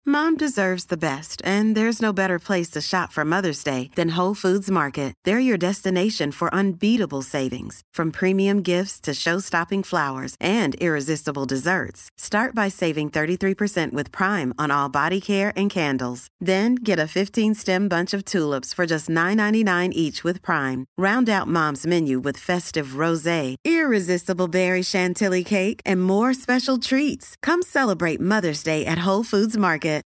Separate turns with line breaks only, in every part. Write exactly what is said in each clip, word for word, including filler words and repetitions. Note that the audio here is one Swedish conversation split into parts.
Mom deserves the best, and there's no better place to shop for Mother's Day than Whole Foods Market. They're your destination for unbeatable savings, from premium gifts to show-stopping flowers and irresistible desserts. Start by saving thirty-three percent with Prime on all body care and candles. Then get a fifteen-stem bunch of tulips for just nine ninety-nine each with Prime. Round out Mom's menu with festive rosé, irresistible berry chantilly cake, and more special treats. Come celebrate Mother's Day at Whole Foods Market.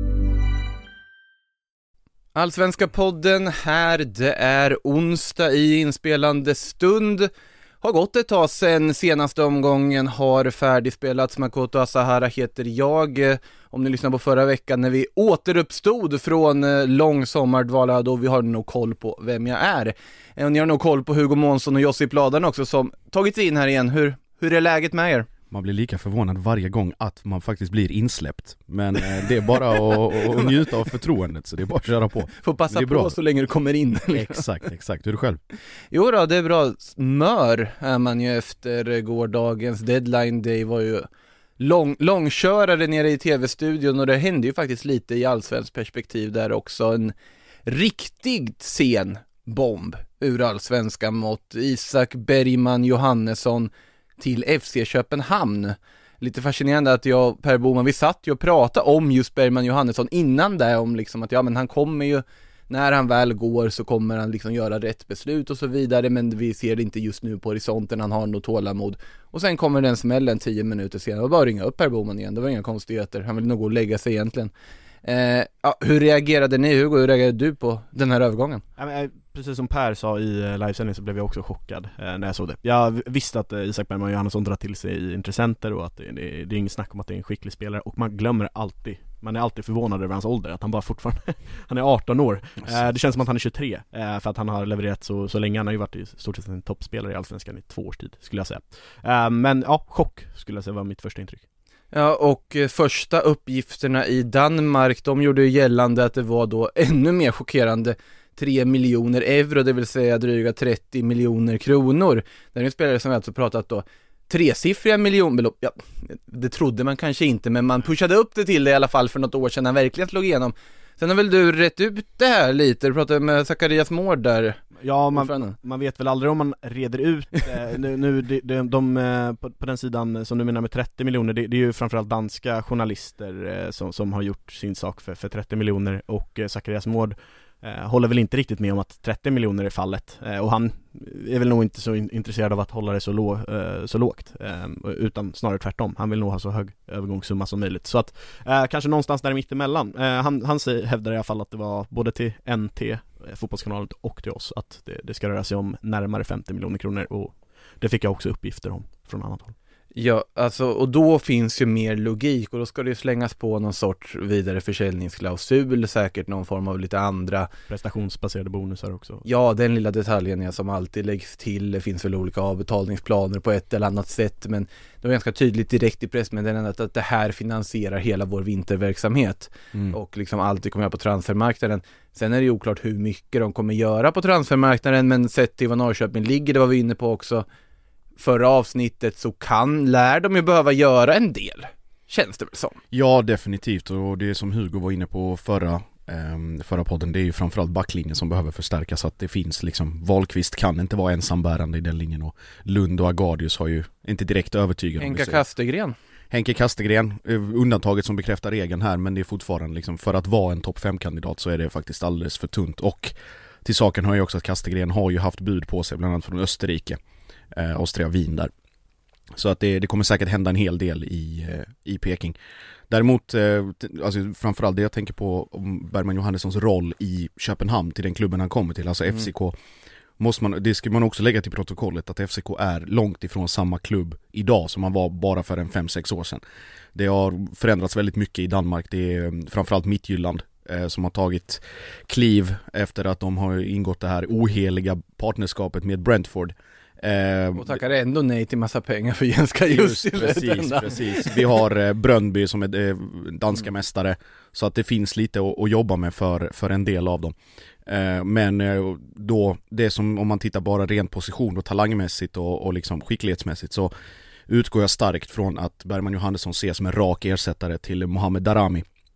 Allsvenska podden här, det är onsdag i inspelande stund. Har gått ett tag sedan senaste omgången har färdigspelats. Makoto Asahara heter jag. Om ni lyssnar på förra veckan när vi återuppstod från lång sommardvala, då vi har nog koll på vem jag är. Och ni har nog koll på Hugo Månsson och Josip Ladan också som tagit sig in här igen. Hur, hur är läget med er?
Man blir lika förvånad varje gång att man faktiskt blir insläppt. Men eh, det är bara att, att njuta av förtroendet, så det är bara att köra på.
Får passa på
bra.
Så länge du kommer in.
Exakt, exakt. Hur är du själv?
Jo då, det är bra. Smör är man ju efter gårdagens deadline day. Var ju lång, långkörare nere i tv-studion och det hände ju faktiskt lite i allsvensk perspektiv där också. En riktigt sen bomb ur allsvenska mått. Isak Bergman Johannesson till F C Köpenhamn. Lite fascinerande att jag och Per Boman, vi satt ju och pratade om just Bergman Johannesson innan det, om liksom att ja men han kommer ju, när han väl går så kommer han liksom göra rätt beslut och så vidare, men vi ser det inte just nu på horisonten, han har nog tålamod. Och sen kommer den smällen tio minuter senare och bara ringa upp Per Boman igen, det var inga konstigheter, han vill nog gå och lägga sig egentligen. Eh, ja, hur reagerade ni, Hugo? Hur reagerade du på den här övergången?
Ja, men, precis som Per sa i livesändning så blev jag också chockad eh, när jag såg det. Jag visste att eh, Isak Bergman Johannesson drar till sig intressenter och att det, det, det är inget snack om att det är en skicklig spelare, och man glömmer alltid, man är alltid förvånad över hans ålder, att han bara fortfarande han är arton år. Eh, det känns som att han är tjugotre eh, för att han har levererat så, så länge. Han har ju varit i stort sett en toppspelare i Allsvenskan i två års tid, skulle jag säga. Eh, men ja, chock skulle jag säga var mitt första intryck.
Ja, och första uppgifterna i Danmark, de gjorde ju gällande att det var då ännu mer chockerande tre miljoner euro, det vill säga dryga trettio miljoner kronor. Det är en spelare som vi alltså pratat då tresiffriga miljonbelopp. Ja, det trodde man kanske inte, men man pushade upp det till det i alla fall för något år sedan han verkligen slog igenom. Sen har väl du rätt ut det här lite, du pratade med Zacharias Mård där.
Ja, man, man vet väl aldrig om man reder ut eh, nu, nu de, de, de, de på, på den sidan som du menar med trettio miljoner, det, det är ju framförallt danska journalister eh, som, som har gjort sin sak för, för trettio miljoner, och eh, Zacharias Mård eh, håller väl inte riktigt med om att trettio miljoner är fallet, eh, och han är väl nog inte så in, intresserad av att hålla det så, lå, eh, så lågt, eh, utan snarare tvärtom. Han vill nog ha så hög övergångssumma som möjligt, så att eh, kanske någonstans där mittemellan. eh, han, han säger, hävdar i alla fall att det var både till N T, Fotbollskanalen, och till oss att det, det ska röra sig om närmare femtio miljoner kronor, och det fick jag också uppgifter om från annat håll.
Ja, alltså, och då finns ju mer logik, och då ska det ju slängas på någon sorts vidare försäljningsklausul, säkert någon form av lite andra
prestationsbaserade bonusar också.
Ja, den lilla detaljen är som alltid läggs till. Det finns väl olika avbetalningsplaner på ett eller annat sätt, men det var ganska tydligt direkt i pressmeddelandet att det här finansierar hela vår vinterverksamhet, mm. och liksom alltid kommer jag på transfermarknaden. Sen är det ju oklart hur mycket de kommer göra på transfermarknaden, men sett till vad Norrköping ligger, det var vi inne på också förra avsnittet, så kan, lär de ju behöva göra en del, känns det väl som.
Ja, definitivt, och det som Hugo var inne på förra, eh, förra podden, det är ju framförallt backlinjen som behöver förstärkas, så att det finns liksom, Wahlqvist kan inte vara ensambärande i den linjen, och Lund och Agardius har ju inte direkt övertygat.
Henka Kastegren.
Henke Kastegren, undantaget som bekräftar regeln här, men det är fortfarande liksom, för att vara en topp fem-kandidat så är det faktiskt alldeles för tunt, och till saken hör ju också att Kastegren har ju haft bud på sig, bland annat från Österrike, eh, Austria, Wien där. Så att det, det kommer säkert hända en hel del i, i Peking. Däremot, eh, alltså framförallt det jag tänker på om Bergman Johannessons roll i Köpenhamn, till den klubben han kommer till, alltså mm. F C K, måste man, det ska man också lägga till protokollet, att F C K är långt ifrån samma klubb idag som man var bara för en fem sex år sedan. Det har förändrats väldigt mycket i Danmark, det är framförallt Midtjylland eh, som har tagit kliv efter att de har ingått det här oheliga partnerskapet med Brentford.
Eh, och tackar ändå nej till massa pengar för Jens Kajus.
Precis, precis. Vi har eh, Brøndby som är eh, danska mm. mästare, så att det finns lite att, att jobba med för, för en del av dem. Eh, men eh, då, det som om man tittar bara rent position och talangmässigt och, och liksom skicklighetsmässigt, så utgår jag starkt från att Bergman Johannesson ses som en rak ersättare till Mohamed Darami.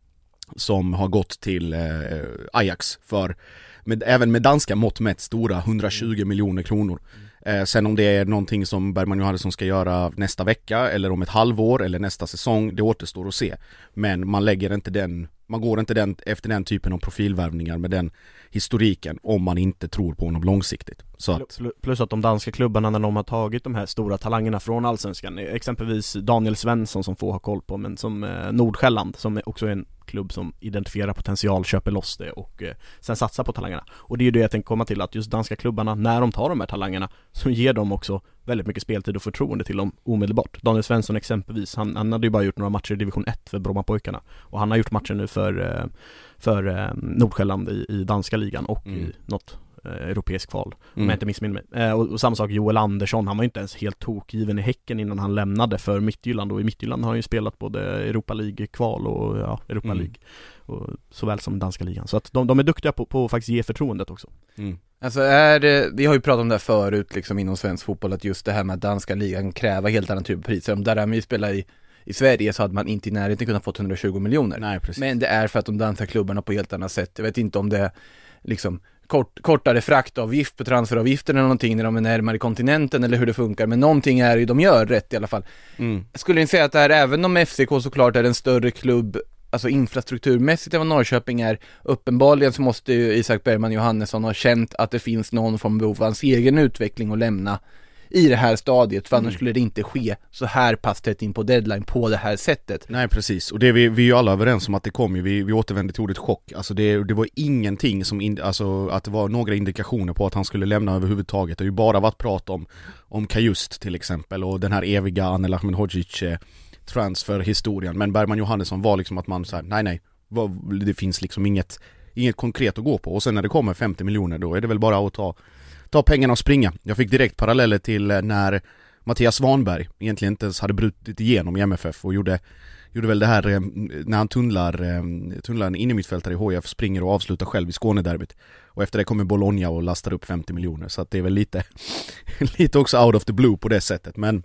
som har gått till eh, Ajax för, med, även med danska mått mätt, stora hundratjugo miljoner kronor. Eh, sen om det är någonting som Bergman Johannesson ska göra nästa vecka eller om ett halvår eller nästa säsong, det återstår att se. Men man lägger inte den, man går inte den, efter den typen av profilvärvningar med den historiken om man inte tror på honom långsiktigt. Så att...
Plus att de danska klubbarna, när de har tagit de här stora talangerna från Allsvenskan, exempelvis Daniel Svensson som får ha koll på, men som eh, Nordsjälland, som också är en klubb som identifierar potential, köper loss det och eh, sen satsar på talangerna. Och det är ju det jag tänker komma till, att just danska klubbarna, när de tar de här talangerna, så ger de också väldigt mycket speltid och förtroende till dem omedelbart. Daniel Svensson exempelvis, han, han hade ju bara gjort några matcher i division ett för Brommapojkarna, och han har gjort matcher nu för, eh, för eh, Nordsjälland i, i danska ligan och mm. i något europeisk kval, om
mm.
jag inte missminner mig. Eh, och, och samma sak Joel Andersson, han var inte ens helt tokgiven i Häcken innan han lämnade för Midtjylland, och i Midtjylland har han ju spelat både Europa League-kval och ja, Europa mm. League och, såväl som danska ligan. Så att de, de är duktiga på, på att faktiskt ge förtroendet också.
Mm. Alltså är det, vi har ju pratat om det här förut liksom inom svensk fotboll, att just det här med att danska ligan kräver helt annan typ av priser. Om där vi spelar i I Sverige så hade man inte i närheten kunnat få hundratjugo miljoner.
Nej, precis.
Men det är för att de danska klubbarna på helt annat sätt. Jag vet inte om det är liksom kort, kortare fraktavgift på transferavgifter eller någonting när de är närmare kontinenten eller hur det funkar. Men någonting är ju de gör rätt i alla fall. Mm. Jag skulle inte säga att det här, även om F C K såklart är en större klubb, alltså infrastrukturmässigt än vad Norrköping är, uppenbarligen så måste ju Isak Bergman Johannesson ha känt att det finns någon form av behov av hans egen utveckling att lämna i det här stadiet, för annars mm. skulle det inte ske så här pass tätt in på deadline på det här sättet.
Nej, precis. Och det vi, vi är ju alla överens om att det kom ju, vi, vi återvände till ordet chock. Alltså det, det var ingenting som, in, alltså att det var några indikationer på att han skulle lämna överhuvudtaget. Det har ju bara varit prat om, om Kajust till exempel och den här eviga Anel Ahmedhodzic eh, transferhistorien. Men Bergman Johannesson var liksom att man så här, nej nej, var, det finns liksom inget, inget konkret att gå på. Och sen när det kommer femtio miljoner, då är det väl bara att ta ta pengarna och springa. Jag fick direkt paralleller till när Mattias Svanberg egentligen inte ens hade brutit igenom i M F F och gjorde, gjorde väl det här när han tunnlar, tunnlar en innermittfältare i H I F, springer och avslutar själv i Skånederbyt. Och efter det kommer Bologna och lastar upp femtio miljoner. Så att det är väl lite, lite också out of the blue på det sättet. Men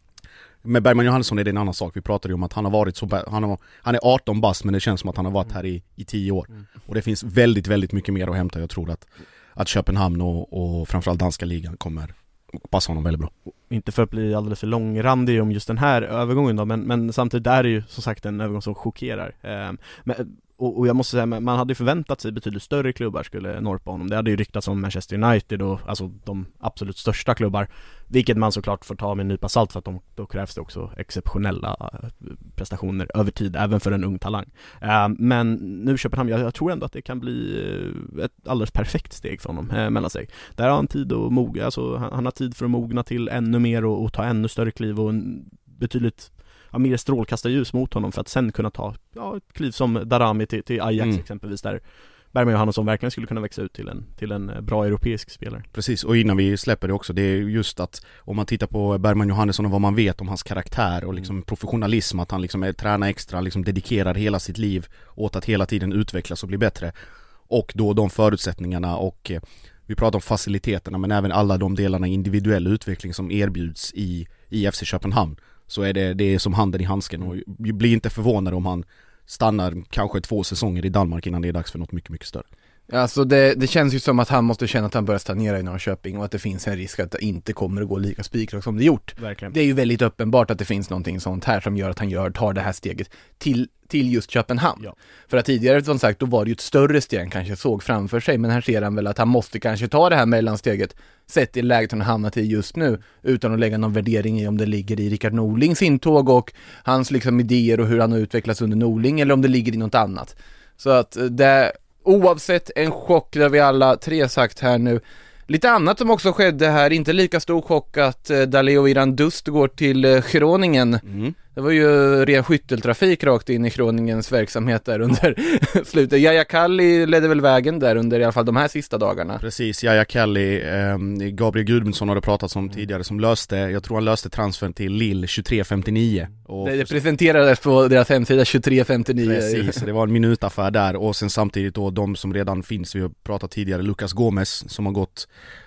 med Bergman Johannesson är det en annan sak. Vi pratade ju om att han har varit så, han, har, han är arton bast, men det känns som att han har varit här i, i tio år. Och det finns väldigt, väldigt mycket mer att hämta. Jag tror att att Köpenhamn och, och framförallt danska ligan kommer passa honom väldigt bra.
Inte för att bli alldeles för långrandig om just den här övergången då, men, men samtidigt är det ju som sagt en övergång som chockerar. Eh, men, och, och jag måste säga, man hade ju förväntat sig betydligt större klubbar skulle norpa honom. Det hade ju ryktats om Manchester United och alltså de absolut största klubbar, vilket man såklart får ta med en nypa salt, för att de, då krävs det också exceptionella prestationer över tid, även för en ung talang. Eh, men nu Köpenhamn, jag, jag tror ändå att det kan bli ett alldeles perfekt steg för honom eh, mellan sig. Där har han tid att mogna, alltså han, han har tid för att mogna till ännu mer och, och ta ännu större kliv och en betydligt ja, mer strålkastarljus mot honom för att sen kunna ta ja, ett kliv som Darami till, till Ajax mm. exempelvis, där Bergman Johannesson verkligen skulle kunna växa ut till en, till en bra europeisk spelare.
Precis, och innan vi släpper det också, det är just att om man tittar på Bergman Johannesson och vad man vet om hans karaktär och liksom professionalism, att han liksom är, tränar extra, liksom dedikerar hela sitt liv åt att hela tiden utvecklas och bli bättre. Och då de förutsättningarna och eh, vi pratar om faciliteterna, men även alla de delarna individuell utveckling som erbjuds i, i F C Köpenhamn, så är det, det är som handen i handsken, och vi blir inte förvånade om han stannar kanske två säsonger i Danmark innan det är dags för något mycket, mycket större.
Alltså det, det känns ju som att han måste känna att han börjar stagnera i Norrköping och att det finns en risk att det inte kommer att gå lika spikrakt som det gjort.
Verkligen.
Det är ju väldigt uppenbart att det finns någonting sånt här som gör att han gör, tar det här steget till, till just Köpenhamn. Ja. För att tidigare som sagt, då var det ju ett större steg han kanske såg framför sig, men här ser han väl att han måste kanske ta det här mellansteget sett i läget han har hamnat i just nu, utan att lägga någon värdering i om det ligger i Rickard Norlings intåg och hans liksom idéer och hur han har utvecklats under Norling, eller om det ligger i något annat. Så att det, oavsett, en chock där vi alla tre sagt här nu. Lite annat som också skedde här, inte lika stor chock att eh, Daleo Irandust går till eh, Groningen. Mm. Det var ju ren skytteltrafik rakt in i Groningens verksamhet där under slutet. Jaja Kalli ledde väl vägen där under i alla fall de här sista dagarna.
Precis, Jaja Kalli, eh, Gabriel Gudmundsson har det pratats om tidigare, som löste, jag tror han löste transfern till Lille tjugotre femtionio. Och
det, det presenterades på deras hemsida tjugotre femtionio.
Precis, det var en minutaffär där, och sen samtidigt då de som redan finns, vi har pratat tidigare, Lucas Gomes som har gått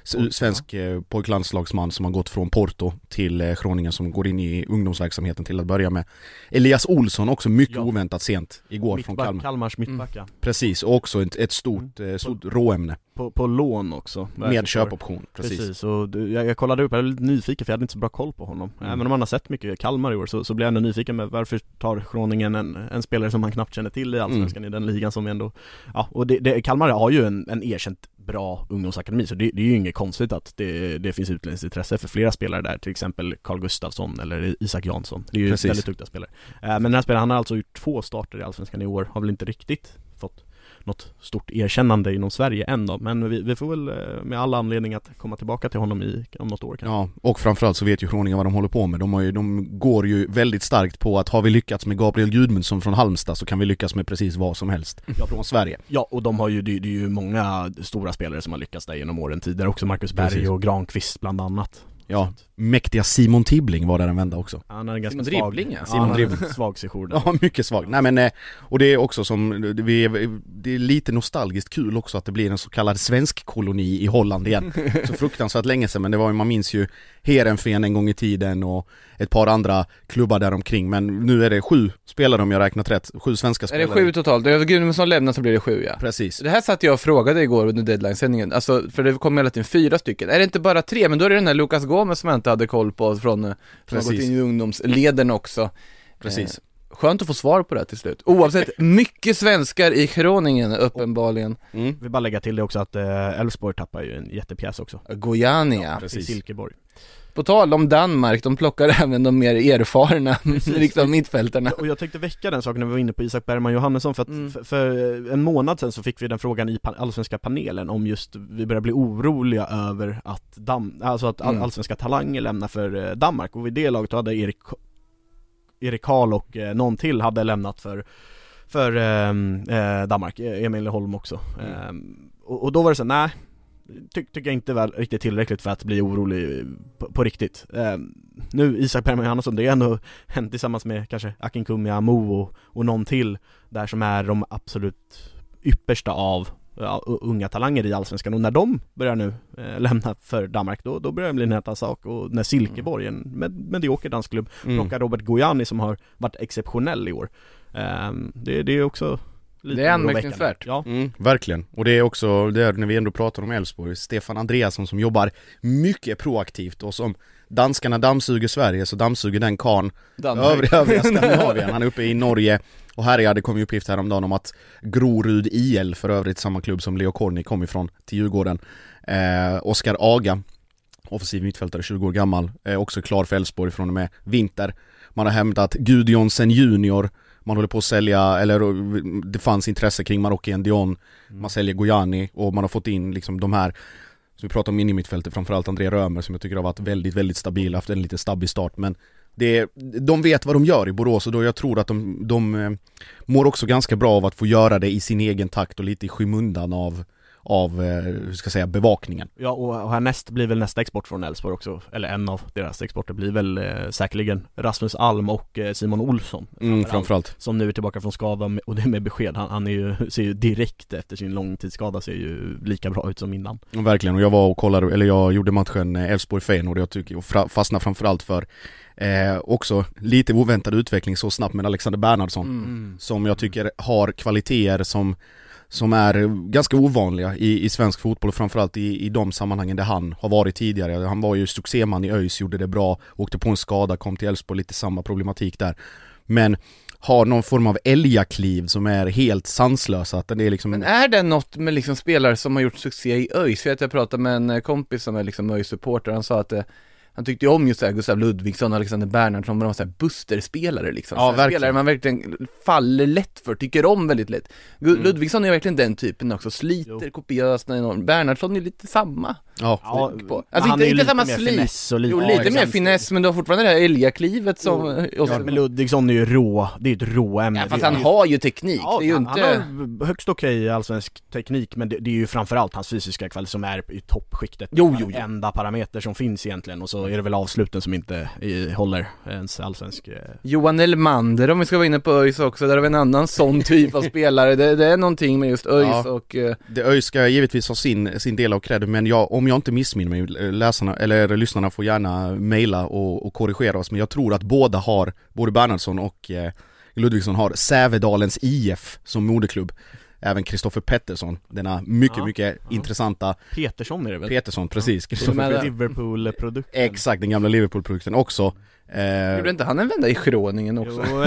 svensk eh, pojklandslagsman som har gått från Porto till eh, Groningen, som går in i ungdomsverksamheten till att börja med. Elias Olsson också mycket ja. oväntat sent igår
Mittback,
från Kalmar.
Kalmars mittbacka. Mm.
Precis, och också ett, ett stort, mm. eh, stort råämne.
På, på lån också.
Med köpoption, precis. precis.
Och du, jag, jag kollade upp, jag är lite nyfiken för jag hade inte så bra koll på honom. Mm. Även om man har sett mycket Kalmar i år så, så blir jag ändå nyfiken med varför tar Groningen en, en spelare som man knappt känner till i Allsvenskan mm. i den ligan som ändå... Ja, och det, det, Kalmar har ju en, en erkänt bra ungdomsakademi, så det, det är ju inget konstigt att det, det finns utländskt intresse för flera spelare där, till exempel Carl Gustafsson eller Isak Jansson. Det är ju Precis. väldigt duktiga spelare. Men den här spelaren, han har alltså gjort två starter i Allsvenskan i år, har väl inte riktigt fått något stort erkännande inom Sverige än då, men vi, vi får väl med alla anledning att komma tillbaka till honom i, om något år kanske.
Ja, och framförallt så vet ju Groningen vad de håller på med. De, har ju, de går ju väldigt starkt på att har vi lyckats med Gabriel Gudmundsson från Halmstad så kan vi lyckas med precis vad som helst ja, från Sverige.
Ja, och de har ju, det, det är ju många stora spelare som har lyckats där genom åren tidigare, också Marcus Berg precis. och Granqvist bland annat.
Ja, mäktiga Simon Tibbling var där en vända också.
Ja, han är ganska
Simon
svag.
Dribbling, ja.
Simon ja, Dribbling. Svag sejour.
Ja, mycket svag. Nej men, och det är också som, vi är, det är lite nostalgiskt kul också att det blir en så kallad svensk koloni i Holland igen. Så fruktansvärt länge sedan, men det var ju, man minns ju Heerenveen en gång i tiden och ett par andra klubbar där omkring. Men nu är det sju spelare om jag räknat rätt. Sju svenska spelare.
Är det sju totalt? Det är Gudmundsson lämnar så blir det sju, ja.
Precis.
Det här satt jag och frågade igår under deadline-sändningen. Alltså, för det kom hela tiden fyra stycken. Är det inte bara tre? Men då är det den här Lucas Gomes som jag inte hade koll på från, från gått in i ungdomsleden också.
Precis.
Eh, skönt att få svar på det till slut. Oavsett, mycket svenskar i Groningen uppenbarligen.
Mm. Vi bara lägga till det också att Elfsborg eh, tappar ju en jättepjäs också.
Gojani,
ja, precis. I Silkeborg.
På tal om Danmark, de plockar även de mer erfarna liksom mittfältarna.
Och jag tänkte väcka den saken när vi var inne på Isak Bergman Johannesson för att mm. för, för en månad sedan så fick vi den frågan i allsvenska panelen om just vi börjar bli oroliga över att Dam, alltså att mm. allsvenska talanger lämnar för Danmark, och vid det laget hade Erik Erik Karl och eh, någon till hade lämnat för för eh, Danmark, Emil Holm också. Mm. Eh, och, och då var det så nej. Ty- tycker jag inte väl riktigt tillräckligt för att bli orolig på, på riktigt. Eh, nu Isak Bergman Johannesson, det är ändå hänt tillsammans med kanske Akin Kumia, Mo och, och någon till där som är de absolut yppersta av ja, unga talanger i allsvenskan, och när de börjar nu eh, lämna för Danmark då, då börjar det bli en helt annan sak. Och när Silkeborg, en med, medioker dansklubb, mm. plockar Robert Gojani som har varit exceptionell i år. Eh, det, det är också
det är anmärkningsvärt.
Ja. Mm, verkligen. Och det är också, det är när vi ändå pratar om Elfsborg, Stefan Andreasson som jobbar mycket proaktivt, och som danskarna dammsuger Sverige så dammsuger den karn övriga, övriga Skandinavien. Han är uppe i Norge. Och här hade kommit uppgift häromdagen om att Grorud I L, för övrigt samma klubb som Leo Korni kom ifrån, till Djurgården. Eh, Oskar Aga, offensiv mittfältare, tjugo år gammal, eh, också klar för Elfsborg från och med vinter. Man har hämtat Gudjonsen junior. Man håller på att sälja, eller det fanns intresse kring Marocki Dion. Man säljer Gojani, och man har fått in liksom de här, så vi pratar om in i mittfältet, framförallt André Römer som jag tycker har varit väldigt, väldigt stabil, haft en lite stabbig start, men det, de vet vad de gör i Borås, och då jag tror att de, de mår också ganska bra av att få göra det i sin egen takt och lite i skymundan av, av hur ska jag säga, bevakningen.
Ja, och härnäst blir väl nästa export från Elfsborg också, eller en av deras exporter blir väl eh, säkerligen Rasmus Alm och eh, Simon Olsson
framförallt, mm, framförallt.
Som nu är tillbaka från skada, och det är med besked. Han, han är ju, ser ju direkt efter sin långtidsskada ser ju lika bra ut som innan.
Och verkligen, och jag var och kollade, eller jag gjorde matchen Elfsborg-Feyenoord, och jag tycker, och fra, fastnade framförallt för Eh, också lite oväntad utveckling så snabbt med Alexander Bernhardsson, mm. som jag tycker har kvaliteter som, som är ganska ovanliga i, i svensk fotboll, och framförallt i, i de sammanhangen där han har varit tidigare. Han var ju succéman i ÖIS, gjorde det bra, åkte på en skada, kom till Elfsborg, lite samma problematik där, men har någon form av älgakliv som är helt sanslösa. Att det är liksom...
Men är det något med liksom spelare som har gjort succé i ÖIS? Jag vet, jag pratade med en kompis som är liksom ÖIS-supporter, han sa att det han tyckte ju om just så här Gustav Ludvigsson och Alexander Bernhardsson, de var så här busterspelare liksom.
Ja,
så spelare man verkligen faller lätt för, tycker om väldigt lätt. Mm. Ludvigsson är verkligen den typen också, sliter jo. kopiöst enormt. Bernhardsson är lite samma.
Ja,
ja
på. Alltså inte, inte samma slit.
Och lite,
jo, lite ja, mer finess, men du har fortfarande det här älgaklivet som...
Ja, men Ludvigsson är ju rå, det är ett råämne.
Ja, fast han ju... har ju teknik.
Ja,
det är ju
han,
inte...
han har högst okej okay allsvensk teknik, men det, det är ju framförallt hans fysiska kvalitet som är i toppskiktet.
Jo, jo, jo.
Enda parameter som finns egentligen. Och så så är det väl avsluten som inte i, håller ens allsvensk.
Johan Elmander, om vi ska vara inne på ÖIS också, där har vi en annan sån typ av spelare. Det, det är någonting med just ÖIS ja, och... Uh...
Det ÖIS ska givetvis ha sin, sin del av cred, men jag, om jag inte missminner mig, läsarna, eller lyssnarna får gärna mejla och, och korrigera oss, men jag tror att båda har, både Bernhardsson och eh, Ludvigsson har Sävedalens I F som moderklubb. Även Kristoffer Pettersson, denna mycket, ja, mycket ja. intressanta
Petersson är det väl?
Petersson, precis.
Ja. Med Liverpool-produkten.
Exakt, den gamla Liverpool-produkten också.
Eh... Gjorde inte han en vända i Schroningen också?
Jo,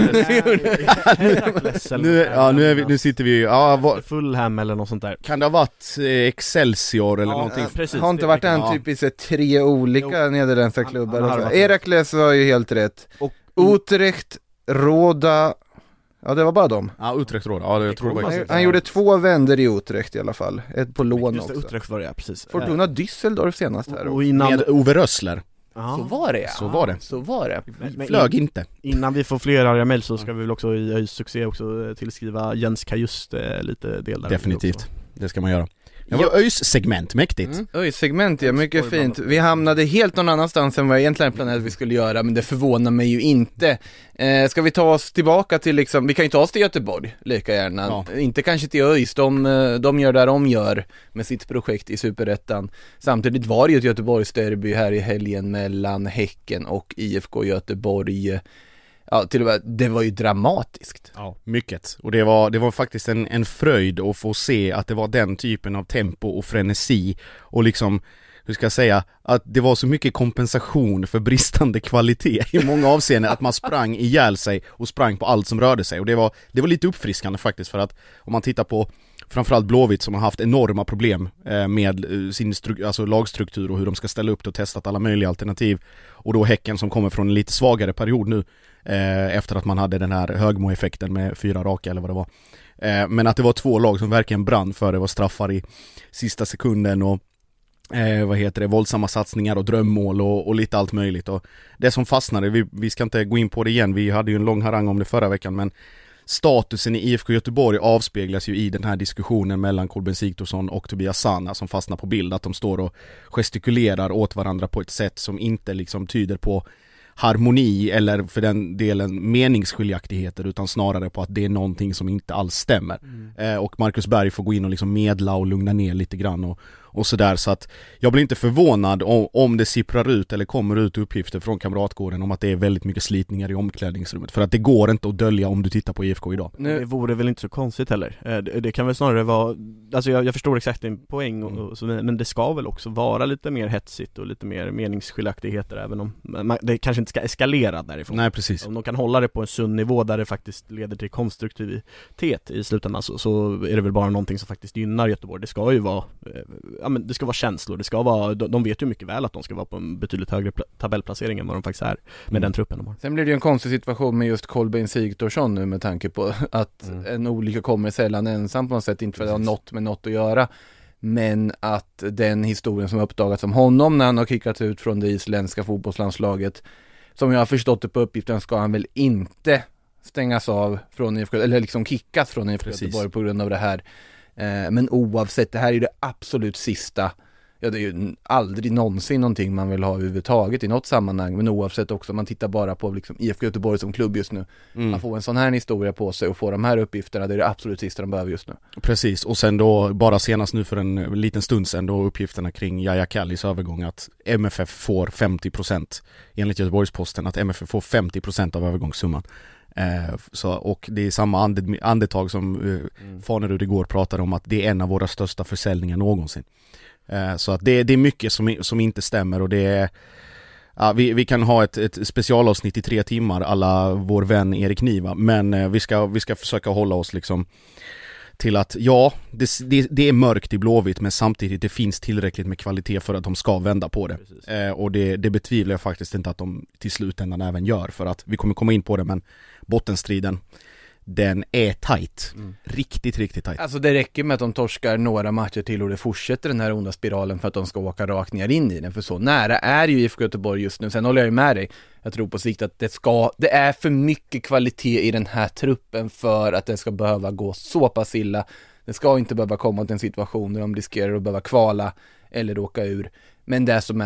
eller nu,
ja, nu, är vi, nu sitter vi ja, var...
Fulham eller något sånt där.
Kan det ha varit Excelsior eller
ja,
någonting?
Precis, har inte varit en ja. typiskt tre olika jo. nederländska klubbar. Herakles var ju helt rätt. Och Utrecht, Roda... Ja, det var bara dem.
Ja, Utrecht Roda. Ja, det, jag tror det var
han, han gjorde två vänder i Utrecht i alla fall. Ett på lån
just
också.
Utrecht var det, ja, precis.
Fortuna Düsseldorf senast här.
Och innan... Med Ove Rössler.
Aha. Så var det, ja.
Så var det.
Så var det.
Men, Flög in, inte.
Innan vi får fler arga mejl så ska vi väl också i ÖIS succé också tillskriva Jens Kajust eh, lite del där.
Definitivt. Det ska man göra. Det var ÖIS-segment, mäktigt.
Mm. ÖIS-segment, ja, mycket fint. Vi hamnade helt någon annanstans än vad jag egentligen planerade vi skulle göra, men det förvånar mig ju inte. Eh, ska vi ta oss tillbaka till liksom, vi kan ju ta oss till Göteborg lika gärna. Ja. Inte kanske till ÖIS, de, de gör där de gör med sitt projekt i Superettan. Samtidigt var det ju ett Göteborgsderby här i helgen mellan Häcken och I F K Göteborg. Ja, till och med, det var ju dramatiskt.
Ja, mycket. Och det var, det var faktiskt en, en fröjd att få se att det var den typen av tempo och frenesi. Och liksom, hur ska jag säga, att det var så mycket kompensation för bristande kvalitet i många avseenden. Att man sprang ihjäl sig och sprang på allt som rörde sig. Och det var, det var lite uppfriskande faktiskt, för att om man tittar på framförallt Blåvitt som har haft enorma problem med sin stru- alltså lagstruktur och hur de ska ställa upp det och testat alla möjliga alternativ. Och då Häcken som kommer från en lite svagare period nu eh, efter att man hade den här Högmo-effekten med fyra raka eller vad det var. Eh, men att det var två lag som verkligen brann för det, var straffar i sista sekunden och eh, vad heter det, våldsamma satsningar och drömmål och, och lite allt möjligt. Och det som fastnade, vi, vi ska inte gå in på det igen, vi hade ju en lång harang om det förra veckan, men statusen i I F K Göteborg avspeglas ju i den här diskussionen mellan Kolben Sigthorsson och Tobias Sana som fastnar på bild, att de står och gestikulerar åt varandra på ett sätt som inte liksom tyder på harmoni eller för den delen meningsskiljaktigheter, utan snarare på att det är någonting som inte alls stämmer. Mm. Eh, och Marcus Berg får gå in och liksom medla och lugna ner lite grann och, och sådär, så att jag blir inte förvånad om, om det sipprar ut eller kommer ut uppgifter från kamratgården om att det är väldigt mycket slitningar i omklädningsrummet, för att det går inte att dölja om du tittar på I F K idag.
Nu, det vore väl inte så konstigt heller. Eh, det, det kan väl snarare vara, alltså jag, jag förstår exakt din poäng och, och så, men det ska väl också vara lite mer hetsigt och lite mer meningsskiljaktigheter, även om man, det kanske inte ska eskalera därifrån.
Nej, precis.
Om de kan hålla det på en sund nivå där det faktiskt leder till konstruktivitet i slutändan, så, så är det väl bara någonting som faktiskt gynnar Göteborg. Det ska ju vara eh, ja, men det ska vara känslor, det ska vara, de, de vet ju mycket väl att de ska vara på en betydligt högre pl- tabellplacering än vad de faktiskt är med mm. den truppen de har.
Sen blir det ju en konstig situation med just Kolben Sigthorsson nu, med tanke på att mm. en olycka kommer sällan ensam på något sätt, inte för att det har något med något att göra, men att den historien som har uppdagats om honom när han har kickat ut från det isländska fotbollslandslaget, som jag har förstått det på uppgiften, ska han väl inte stängas av från I F K, eller liksom kickas från I F K Göteborg på grund av det här. Eh, men oavsett, det här är det absolut sista. Ja, det är ju aldrig någonsin någonting man vill ha överhuvudtaget i något sammanhang, men oavsett också, man tittar bara på liksom I F K Göteborg som klubb just nu. Mm. Man får en sån här historia på sig och får de här uppgifterna, det är det absolut sista de behöver just nu.
Precis, och sen då, bara senast nu för en liten stund sedan, då uppgifterna kring Yahya Kallis övergång, att M F F får femtio procent, enligt Göteborgsposten, att M F F får femtio procent av övergångssumman. Eh, så, och det är samma and- andetag som eh, mm. Fanerud igår pratade om, att det är en av våra största försäljningar någonsin. Eh, så att det, det är mycket som, som inte stämmer, och det är, ja, vi, vi kan ha ett, ett specialavsnitt i tre timmar alla vår vän Erik Niva, men eh, vi, ska, vi ska försöka hålla oss liksom till att ja, det, det, det är mörkt i Blåvitt, men samtidigt det finns tillräckligt med kvalitet för att de ska vända på det. Eh, och det, det betvivlar jag faktiskt inte att de till slutändan även gör, för att vi kommer komma in på det, men bottenstriden, den är tight. Mm. Riktigt, riktigt tight.
Alltså det räcker med att de torskar några matcher till och det fortsätter den här onda spiralen för att de ska åka rakt ner in i den. För så nära är ju I F K Göteborg just nu. Sen håller jag ju med dig. Jag tror på sikt att det ska, det är för mycket kvalitet i den här truppen för att det ska behöva gå så pass illa. Det ska inte behöva komma till en situation där de riskerar att behöva kvala eller åka ur. Men det som är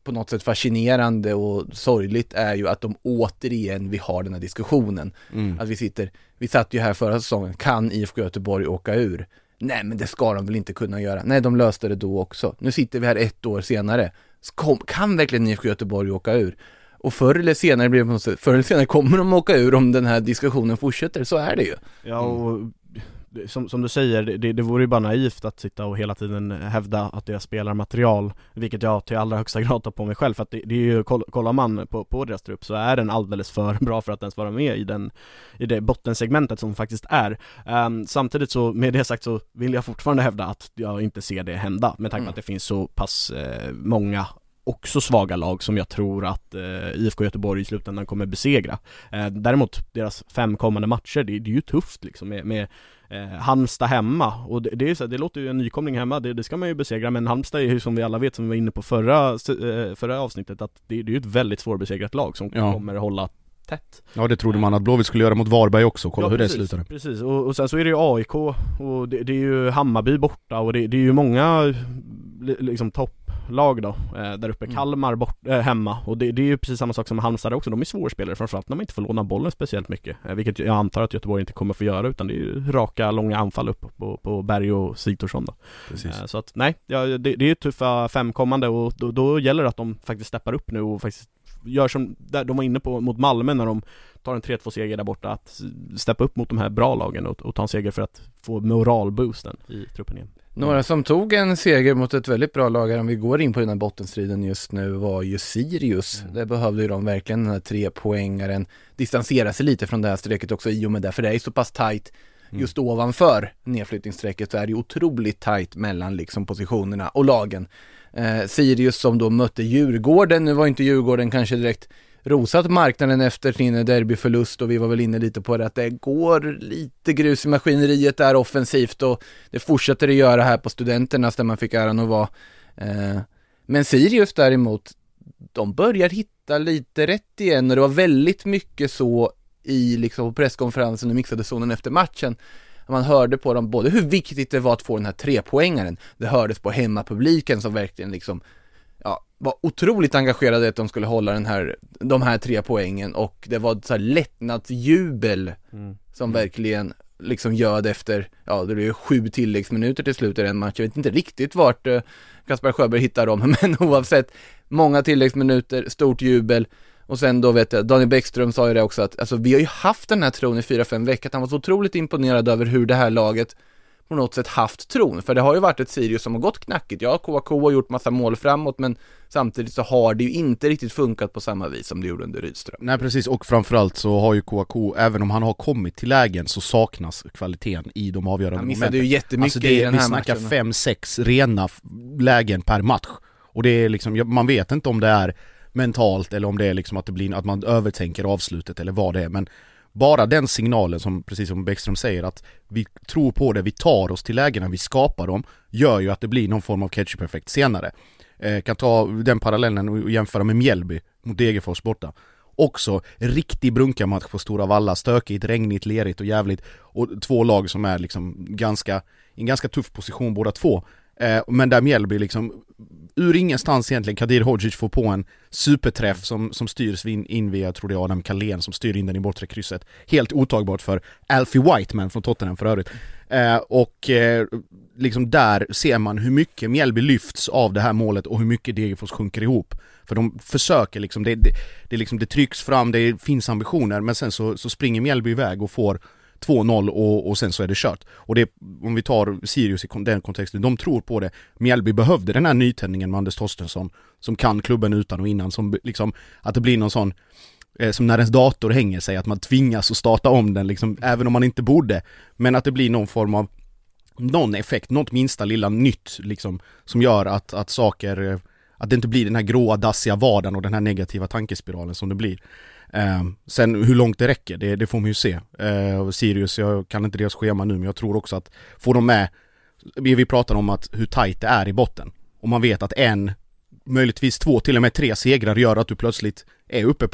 på något sätt fascinerande och sorgligt är ju att de återigen vi har den här diskussionen. Mm. Att vi sitter, vi satt ju här förra säsongen, kan I F K Göteborg åka ur? Nej, men det ska de väl inte kunna göra. Nej, de löste det då också. Nu sitter vi här ett år senare. Kom, kan verkligen I F K Göteborg åka ur? Och förr eller senare blir det på något sätt, förr eller senare kommer de åka ur om den här diskussionen fortsätter, så är det ju.
Ja, och som, som du säger, det, det vore ju bara naivt att sitta och hela tiden hävda att deras spelarmaterial, vilket jag till allra högsta grad tar på mig själv, för att det, det är ju, kollar man på, på deras trupp så är den alldeles för bra för att ens vara med i, den, i det bottensegmentet som faktiskt är. Um, samtidigt så, med det sagt, så vill jag fortfarande hävda att jag inte ser det hända, med tanke på mm. att det finns så pass eh, många också svaga lag som jag tror att eh, I F K Göteborg i slutändan kommer besegra. Eh, däremot deras fem kommande matcher, det, det är ju tufft liksom med, med eh, Halmstad hemma, och det, det, är så, det låter ju en nykomling hemma, det, det ska man ju besegra, men Halmstad är ju som vi alla vet, som vi var inne på förra, eh, förra avsnittet, att det, det är ju ett väldigt svårbesegrat lag som ja. kommer hålla tätt.
Ja, det trodde man att Blåvitt skulle göra mot Varberg också. Kolla ja, hur precis, det slutade.
Precis, och, och sen så är det ju A I K och det, det är ju Hammarby borta, och det, det är ju många liksom topplag då, eh, där uppe. Mm. Kalmar bort, eh, hemma, och det, det är ju precis samma sak som Halmstad också. De är svårspelare, framförallt när man inte får låna bollen speciellt mycket, eh, vilket jag antar att Göteborg inte kommer få göra, utan det är ju raka, långa anfall upp på, på Berg och Sigthorsson då. Eh, så att nej, ja, det, det är ju tuffa femkommande, och då, då gäller det att de faktiskt steppar upp nu och faktiskt gör som där de var inne på mot Malmö när de tar en tre två seger där borta, att steppa upp mot de här bra lagen och, och ta en seger för att få moralboosten i truppen igen.
Några som tog en seger mot ett väldigt bra lag, om vi går in på den här bottenstriden just nu, var ju Sirius. Mm. Där behövde ju de verkligen den här tre poängaren distansera sig lite från det här strecket också, i och med det, för det är så pass tajt just mm. ovanför nedflyttningsstrecket, så är det otroligt tajt mellan liksom positionerna och lagen. Eh, Sirius som då mötte Djurgården, nu var inte Djurgården kanske direkt rosat marknaden efter sin derbyförlust, och vi var väl inne lite på det att det går lite grus i maskineriet där offensivt, och det fortsätter att göra här på Studenternas där man fick äran att vara. Eh, men Sirius däremot, de börjar hitta lite rätt igen, och det var väldigt mycket så i liksom presskonferensen i mixade zonen efter matchen. Man hörde på dem både hur viktigt det var att få den här trepoängaren. Det hördes på hemmapubliken som verkligen liksom, ja, var otroligt engagerade att de skulle hålla den här, de här tre poängen, och det var så här lättnadsjubel mm. som mm. verkligen liksom göd efter, ja, det blev ju sju tilläggsminuter till slut i den matchen. Jag vet inte riktigt vart uh, Kasper Sjöberg hittar dem, men oavsett, många tilläggsminuter, stort jubel. Och sen då vet jag, Daniel Bäckström sa ju det också, att alltså, vi har ju haft den här tron i fyra fem veckor, att han var så otroligt imponerad över hur det här laget på något sätt haft tron. För det har ju varit ett Sirius som har gått knackigt. Ja, K A K har gjort massa mål framåt, men samtidigt så har det ju inte riktigt funkat på samma vis som det gjorde under Rydström.
Nej, precis, och framförallt så har ju K A K, även om han har kommit till lägen, så saknas kvaliteten i de avgörande
han
momenten.
Ju jättemycket alltså det, i den här
vi snackar fem sex rena lägen per match. Och det är liksom, man vet inte om det är mentalt eller om det är liksom att det blir att man övertänker avslutet eller vad det är, men bara den signalen, som precis som Bäckström säger, att vi tror på det, vi tar oss till lägena, vi skapar dem, gör ju att det blir någon form av catch-up-effekt senare. Eh, kan ta den parallellen och jämföra med Mjällby mot Degerfors borta. Också riktig brunkarmatch på Stora Valla, stökigt, regnigt, lerigt och jävligt, och två lag som är liksom ganska, i en ganska tuff position båda två. Eh, men där Mjällby liksom ur ingenstans egentligen, Kadir Hodžić får på en superträff som, som styrs in, in via, jag tror det är Adam Kalén som styr in den i bortre krysset. Helt otagbart för Alfie Whiteman från Tottenham för övrigt. Eh, och eh, liksom där ser man hur mycket Mjällby lyfts av det här målet och hur mycket Degerfors sjunker ihop. För de försöker liksom, det, det, det, liksom, det trycks fram, det finns ambitioner, men sen så, så springer Mjällby iväg och får två noll och, och sen så är det kört. Och det, om vi tar Sirius i den kontexten, de tror på det. Mjällby behövde den här nytändningen med Anders Torstensson, som kan klubben utan och innan, som liksom, att det blir någon sån eh, som när ens dator hänger sig, att man tvingas att starta om den liksom, även om man inte borde, men att det blir någon form av någon effekt, något minsta lilla nytt liksom, som gör att, att saker, att det inte blir den här gråa, dassiga vardagen och den här negativa tankespiralen som det blir. Eh, sen hur långt det räcker, det, det får man ju se. Eh, Sirius, jag kan inte deras schema nu, men jag tror också att får de med, vi, vi pratar om att hur tajt det är i botten, och man vet att en, möjligtvis två, till och med tre segrar gör att du plötsligt är uppe på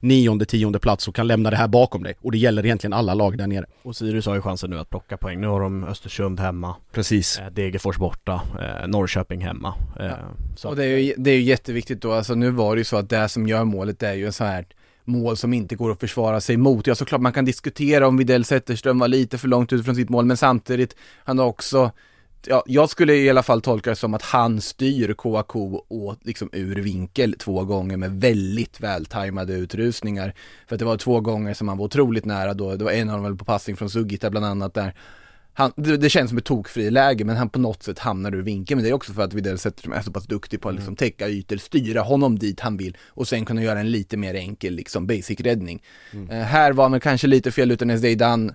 nionde, tionde plats och kan lämna det här bakom dig. Och det gäller egentligen alla lag där nere.
Och Sirius har ju chansen nu att plocka poäng. Nu har de Östersund hemma.
Precis.
Eh, Degerfors borta. Eh, Norrköping hemma. Eh,
Ja.
så.
Och det är, ju, det är ju jätteviktigt då, alltså nu var det ju så att det som gör målet det är ju en sån här mål som inte går att försvara sig mot. Ja, såklart man kan diskutera om Widell Zetterström var lite för långt ut från sitt mål, men samtidigt han har också, ja, jag skulle i alla fall tolka det som att han styr Kouakou åt liksom ur vinkel två gånger med väldigt vältajmade utrusningar. För att det var två gånger som han var otroligt nära då. Det var en av dem väl på passning från Sugita bland annat där. Han, det, det känns som ett tokfri läge, men han på något sätt hamnar ur vinkeln. Men det är också för att Widell Zetterström är så pass duktig på att liksom täcka ytor, styra honom dit han vill och sen kunna göra en lite mer enkel liksom basic-räddning. Mm. Uh, här var man kanske lite fel utan Zidane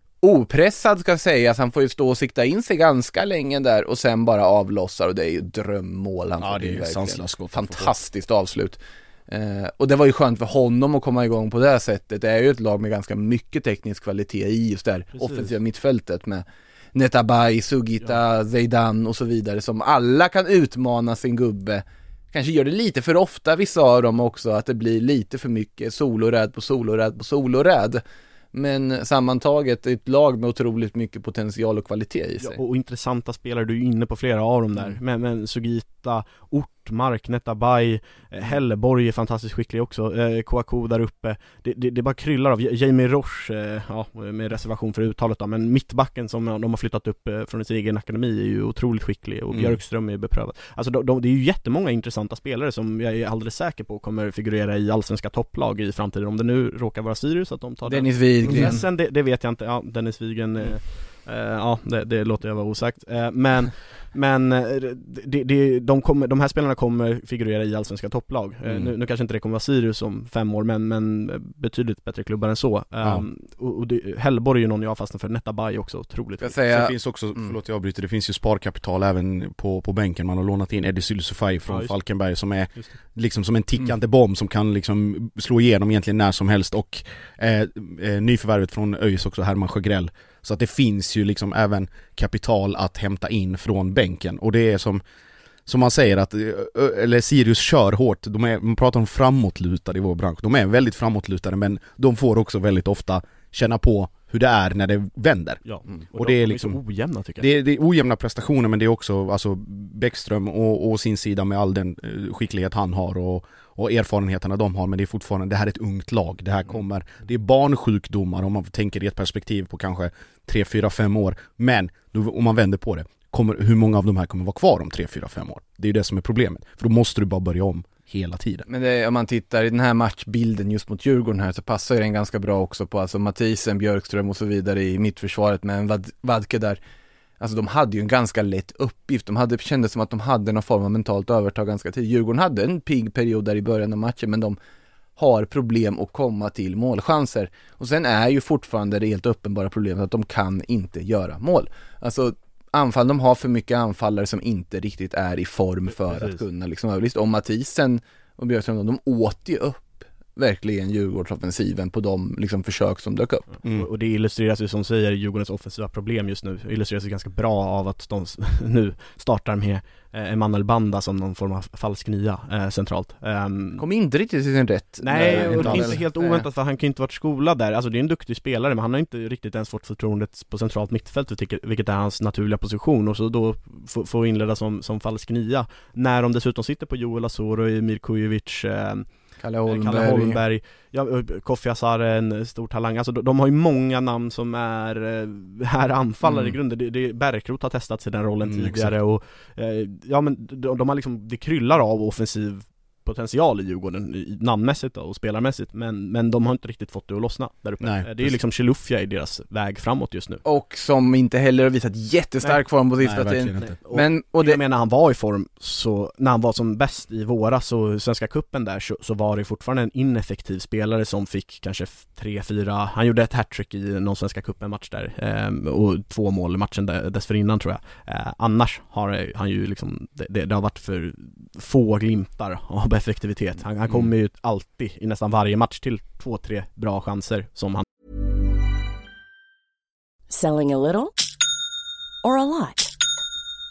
opressad ska sägas. Han får ju stå och sikta in sig ganska länge där och sen bara avlossar och det är ju drömmål. Han
ja,
får
det är ju
verkligen fantastiskt avslut. Uh, och det var ju skönt för honom att komma igång på det här sättet. Det är ju ett lag med ganska mycket teknisk kvalitet i just där Precis. offensiva mittfältet med Netabay, Sugita, ja. Zidane och så vidare som alla kan utmana sin gubbe. Kanske gör det lite för ofta, vissa av dem också, att det blir lite för mycket soloräd på soloräd på soloräd. Men sammantaget ett lag med otroligt mycket potential och kvalitet i sig.
Ja, och, och intressanta spelare, du är ju inne på flera av dem där. Mm. Men, men Sugita, Ortmark, Netabay, eh, Helleborg är fantastiskt skicklig också. Eh, Kouakou där uppe. Det, det, det bara kryllar av. Jamie Roche, eh, ja, med reservation för uttalet då. Men mittbacken som de har flyttat upp eh, från sin egen akademi är ju otroligt skicklig. Och mm. Björkström är beprövad. Alltså de, de, det är ju jättemånga intressanta spelare som jag är alldeles säker på kommer figurera i allsvenska topplag i framtiden. Om det nu råkar vara Sirius att de tar
Dennis Widgren.
Sen det, det vet jag inte. Ja, Dennis Widgren eh, eh, ja, det, det låter jag vara osagt. Eh, men men det, det, de, kommer, de här spelarna kommer figurera i allsvenska topplag. Mm. Eh, nu, nu kanske inte det kommer vara Sirius om fem år, men, men betydligt bättre klubbar än så.
Ja.
Um, och och det, Hellborg är ju någon jag fastnar för. Netabay också otroligt.
Jag säga, det finns också, mm. förlåt jag avbryter, det finns ju sparkapital även på, på bänken. Man har lånat in Eddie Sylsufaj från ja, Falkenberg som är liksom som en tickande mm. bomb som kan liksom slå igenom egentligen när som helst. Och eh, eh, nyförvärvet från ÖIS också, Herman Sjögrell. Så att det finns ju liksom även kapital att hämta in från bänken. Och det är som, som man säger att, eller Sirius kör hårt. De är, man pratar om framåtlutade i vår bransch. De är väldigt framåtlutade, men de får också väldigt ofta känna på hur det är när det vänder.
Ja, mm. och,
och
de,
det är
de
liksom
är så ojämna tycker jag.
Det är, det är ojämna prestationer, men det är också alltså Bäckström och, och sin sida med all den skicklighet han har och, och erfarenheterna de har, men det är fortfarande, det här är ett ungt lag. Det här kommer, det är barnsjukdomar om man tänker i ett perspektiv på kanske tre, fyra, fem år. Men då, om man vänder på det, kommer, hur många av de här kommer vara kvar om tre, fyra, fem år? Det är ju det som är problemet. För då måste du bara börja om hela tiden.
Men det, om man tittar i den här matchbilden just mot Djurgården här så passar den ganska bra också på alltså Mathisen, Björkström och så vidare i mittförsvaret med en vad, Vadke där. Alltså de hade ju en ganska lätt uppgift. De hade, kändes som att de hade någon form av mentalt övertag ganska tidigt. Djurgården hade en pigg period där i början av matchen, men de har problem att komma till målchanser. Och sen är ju fortfarande det helt uppenbara problemet att de kan inte göra mål. Alltså anfall, de har för mycket anfallare som inte riktigt är i form för Precis. att kunna liksom överlista. Och Mathisen och Björkström, de åt ju upp verkligen Djurgårdsoffensiven på de liksom försök som dök upp.
Mm. Och det illustreras ju som säger Djurgårdens offensiva problem just nu. Det illustreras ju ganska bra av att de nu startar med eh, Emanuel Banda som någon form av falsk nia eh, centralt. Um,
Kom inte riktigt till sin rätt.
Nej, och det är inte helt oväntat för han kan ju inte varit skolad där. Alltså det är en duktig spelare, men han har inte riktigt ens fått förtroendet på centralt mittfält, vilket är hans naturliga position. Och så då får få inleda som, som falsk nia. När de dessutom sitter på Joel Asoro och Emir Kujovic, eh,
Kalle Holmberg,
Kalle Holmberg ja, Kofi Asar, en stor talang. Alltså de, de har ju många namn som är här anfallare mm. i grunden. Det, det, Bärkroth har testat sig den rollen mm, tidigare exakt. och eh, ja men de, de har liksom, det kryllar av offensiv potential i Djurgården namnmässigt då, och spelarmässigt, men, men de har inte riktigt fått det att lossna där uppe. Nej, det är precis. liksom Chilufya i deras väg framåt just nu.
Och som inte heller har visat jättestark Nej. form på sista tiden. Men, och det...
Jag när han var i form, så när han var som bäst i våras och Svenska Cupen där, så, så var det fortfarande en ineffektiv spelare som fick kanske tre, fyra, han gjorde ett hattrick i någon Svenska Cupen-match där eh, och två mål i matchen där, dessförinnan tror jag. Eh, annars har han ju liksom, det, det, det har varit för få glimtar av effektivitet. Han, han kommer ju alltid i nästan varje match till två, tre bra chanser som han.
Selling a little or a lot?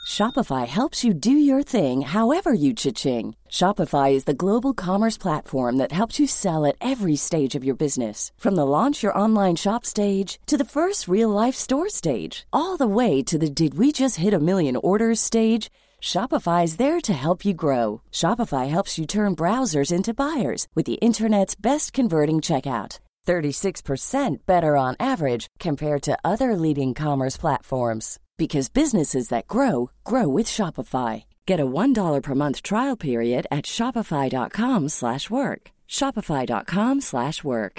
Shopify helps you do your thing however you cha-ching. Shopify is the global commerce platform that helps you sell at every stage of your business. From the launch your online shop stage to the first real-life store stage, all the way to the did we just hit a million orders stage. Shopify is there to help you grow. Shopify helps you turn browsers into buyers with the internet's best converting checkout. thirty-six percent better on average compared to other leading commerce platforms. Because businesses that grow, grow with Shopify. Get a one dollar per month trial period at shopify.com slash work. Shopify.com slash work.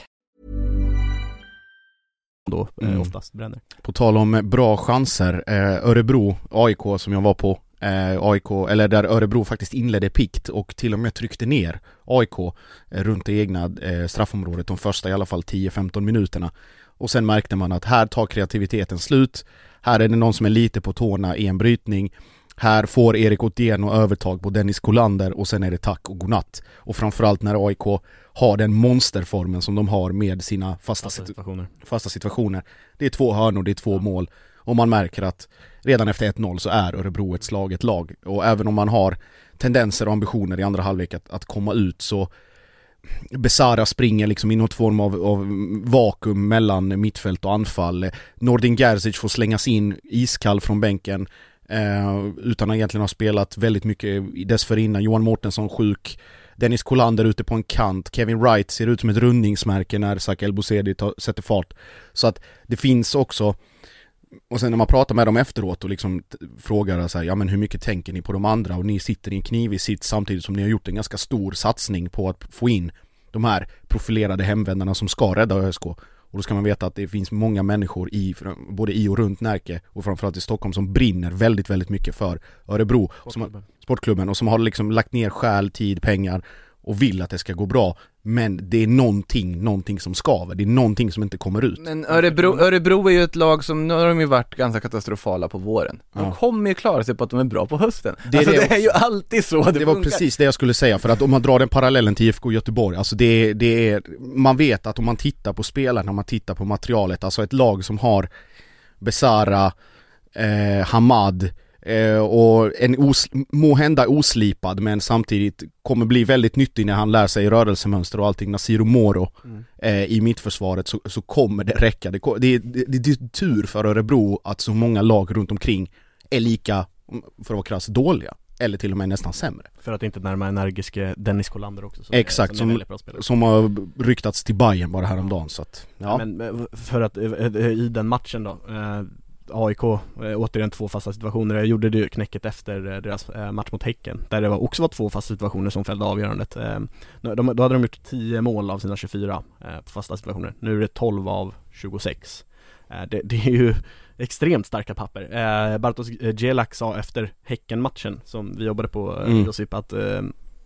Då eh,
Mm.
oftast bränner.
På tal om bra chanser, eh, Örebro, A I K som jag var på, eh, A I K, eller där Örebro faktiskt inledde pikt och till och med tryckte ner A I K eh, runt det egna eh, straffområdet de första i alla fall tio femton minuterna. Och sen märkte man att här tar kreativiteten slut. Här är det någon som är lite på tårna i en brytning. Här får Erik Otieno övertag på Dennis Kolander och sen är det tack och godnatt. Och framförallt när A I K har den monsterformen som de har med sina fasta,
Fasta
situ-
situationer.
fasta situationer. Det är två hörnor, det är två mål. Och man märker att redan efter ett noll så är Örebro ett slaget lag. Och även om man har tendenser och ambitioner i andra halvlek att, att komma ut, så Besara springer liksom i något form av, av vakuum mellan mittfält och anfall. Nordin Gerzic får slängas in iskall från bänken eh, utan att egentligen ha spelat väldigt mycket dessförinnan. Johan Mårtensson sjuk, Dennis Kolander ute på en kant, Kevin Wright ser ut som ett rundningsmärke när Zak El Bouzedi sätter fart. Så att det finns också, och sen när man pratar med dem efteråt och liksom t- frågar så här, ja men hur mycket tänker ni på de andra, och ni sitter i en knivig sitt samtidigt som ni har gjort en ganska stor satsning på att få in de här profilerade hemvändarna som ska rädda ÖSK. Och då ska man veta att det finns många människor i, både i och runt Närke och framförallt i Stockholm som brinner väldigt, väldigt mycket för Örebro,
Sportklubben,
som har, sportklubben, och som har liksom lagt ner själ, tid, pengar och vill att det ska gå bra. Men det är någonting, någonting som skaver. Det är någonting som inte kommer ut.
Men Örebro, Örebro är ju ett lag som, nu har de ju varit ganska katastrofala på våren. De
Ja.
kommer ju klara sig på att de är bra på hösten.
Det är
alltså,
det
det är ju alltid så det,
Det var
funkar.
precis det jag skulle säga, för att om man drar den parallellen till I F K Göteborg, alltså det, det är, man vet att om man tittar på spelarna, om man tittar på materialet, alltså ett lag som har Besara, eh, Hamad eh, och en os, måhända oslipad men samtidigt kommer bli väldigt nyttig när han lär sig rörelsemönster och allting, Nasiro Moro
Mm.
eh, i mittförsvaret, så, så kommer det räcka. Det, det, det, det är tur för Örebro att så många lag runt omkring är lika, för att vara krass, dåliga. Eller till och med nästan sämre.
För att inte närma energiske Dennis Kolander också. Som
Exakt,
är, som,
som,
är väldigt bra spelare.
som har ryktats till Bayern bara häromdagen, så att, ja.
Men eh, för att eh, eh, i den matchen då, eh, A I K, eh, återigen två fasta situationer. Jag gjorde det knäcket efter eh, deras eh, match mot Häcken, där det var också var två fasta situationer som fällde avgörandet. Eh, de, då hade de gjort tio mål av sina tjugofyra eh, på fasta situationer. Nu är det tolv av tjugosex. Eh, det, det är ju extremt starka papper. Eh, Bartosz Gielak sa efter Häcken-matchen som vi jobbade på, eh,
Mm.
Josip, att eh,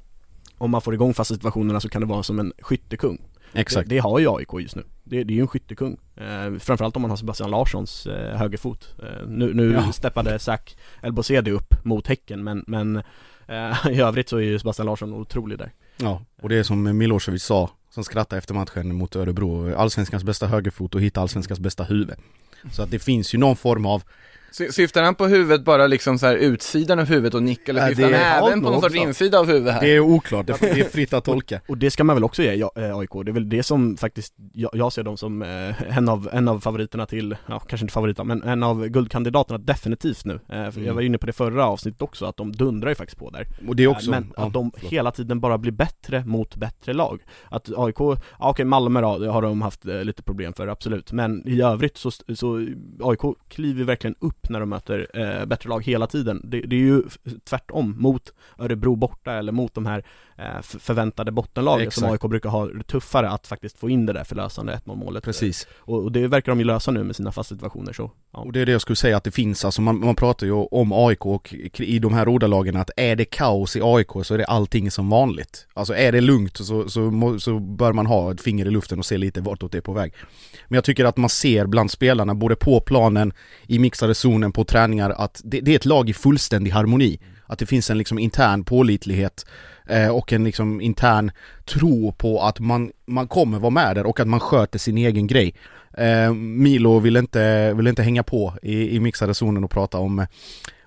om man får igång fasta situationerna så kan det vara som en skyttekung.
Exakt.
Det, det har ju A I K just nu. Det, det är ju en skyttekung. Eh, framförallt om man har Sebastian Larssons eh, högerfot. Eh, nu nu
Ja.
steppade Zak El Bouzedi upp mot Häcken, men, men eh, i övrigt så är ju Sebastian Larsson otrolig där.
Ja, och det är som Milosevic sa, som skrattade efter matchen mot Örebro, allsvenskans bästa högerfot och hitta allsvenskans bästa huvud. Så att det finns ju någon form av,
Sy- Syftar han på huvudet bara liksom så här utsidan av huvudet och nick, eller
Ja,
syftar
det
han
är
även
allt
på någon sorts
också.
insida av huvudet här?
det är oklart, det är fritt att tolka.
Och det ska man väl också ge ja, eh, A I K. Det är väl det som faktiskt jag, jag ser dem som eh, en, av, en av favoriterna till, ja kanske inte favoriterna, men en av guldkandidaterna definitivt nu. Eh, för
Mm.
Jag var inne på det förra avsnittet också, att de dundrar ju faktiskt på där.
Och det är också,
Men
ja,
att de
förlåt.
hela tiden bara blir bättre mot bättre lag. Att A I K, ja okej, Malmö då, det har de haft eh, lite problem för, absolut. Men i övrigt så, så A I K kliver verkligen upp när de möter eh, bättre lag hela tiden. Det, det är ju f- tvärtom mot Örebro borta eller mot de här eh, f- förväntade bottenlagen.
Exakt.
Som A I K brukar ha det tuffare att faktiskt få in det där förlösande ett målet.
Precis.
Och, och det verkar de ju lösa nu med sina fasta situationer så. Ja.
Och det är det jag skulle säga, att det finns, alltså man, man pratar ju om A I K och i de här ordalagen att är det kaos i A I K så är det allting som vanligt. Alltså är det lugnt så, så, må, så bör man ha ett finger i luften och se lite vartåt det är på väg. Men jag tycker att man ser bland spelarna, både på planen, i mixade zonen, på träningar, att det, det är ett lag i fullständig harmoni. Att det finns en liksom intern pålitlighet eh, och en liksom intern tro på att man, man kommer vara med där och att man sköter sin egen grej. Eh, Milo vill inte, vill inte hänga på i, i mixade zonen och prata om,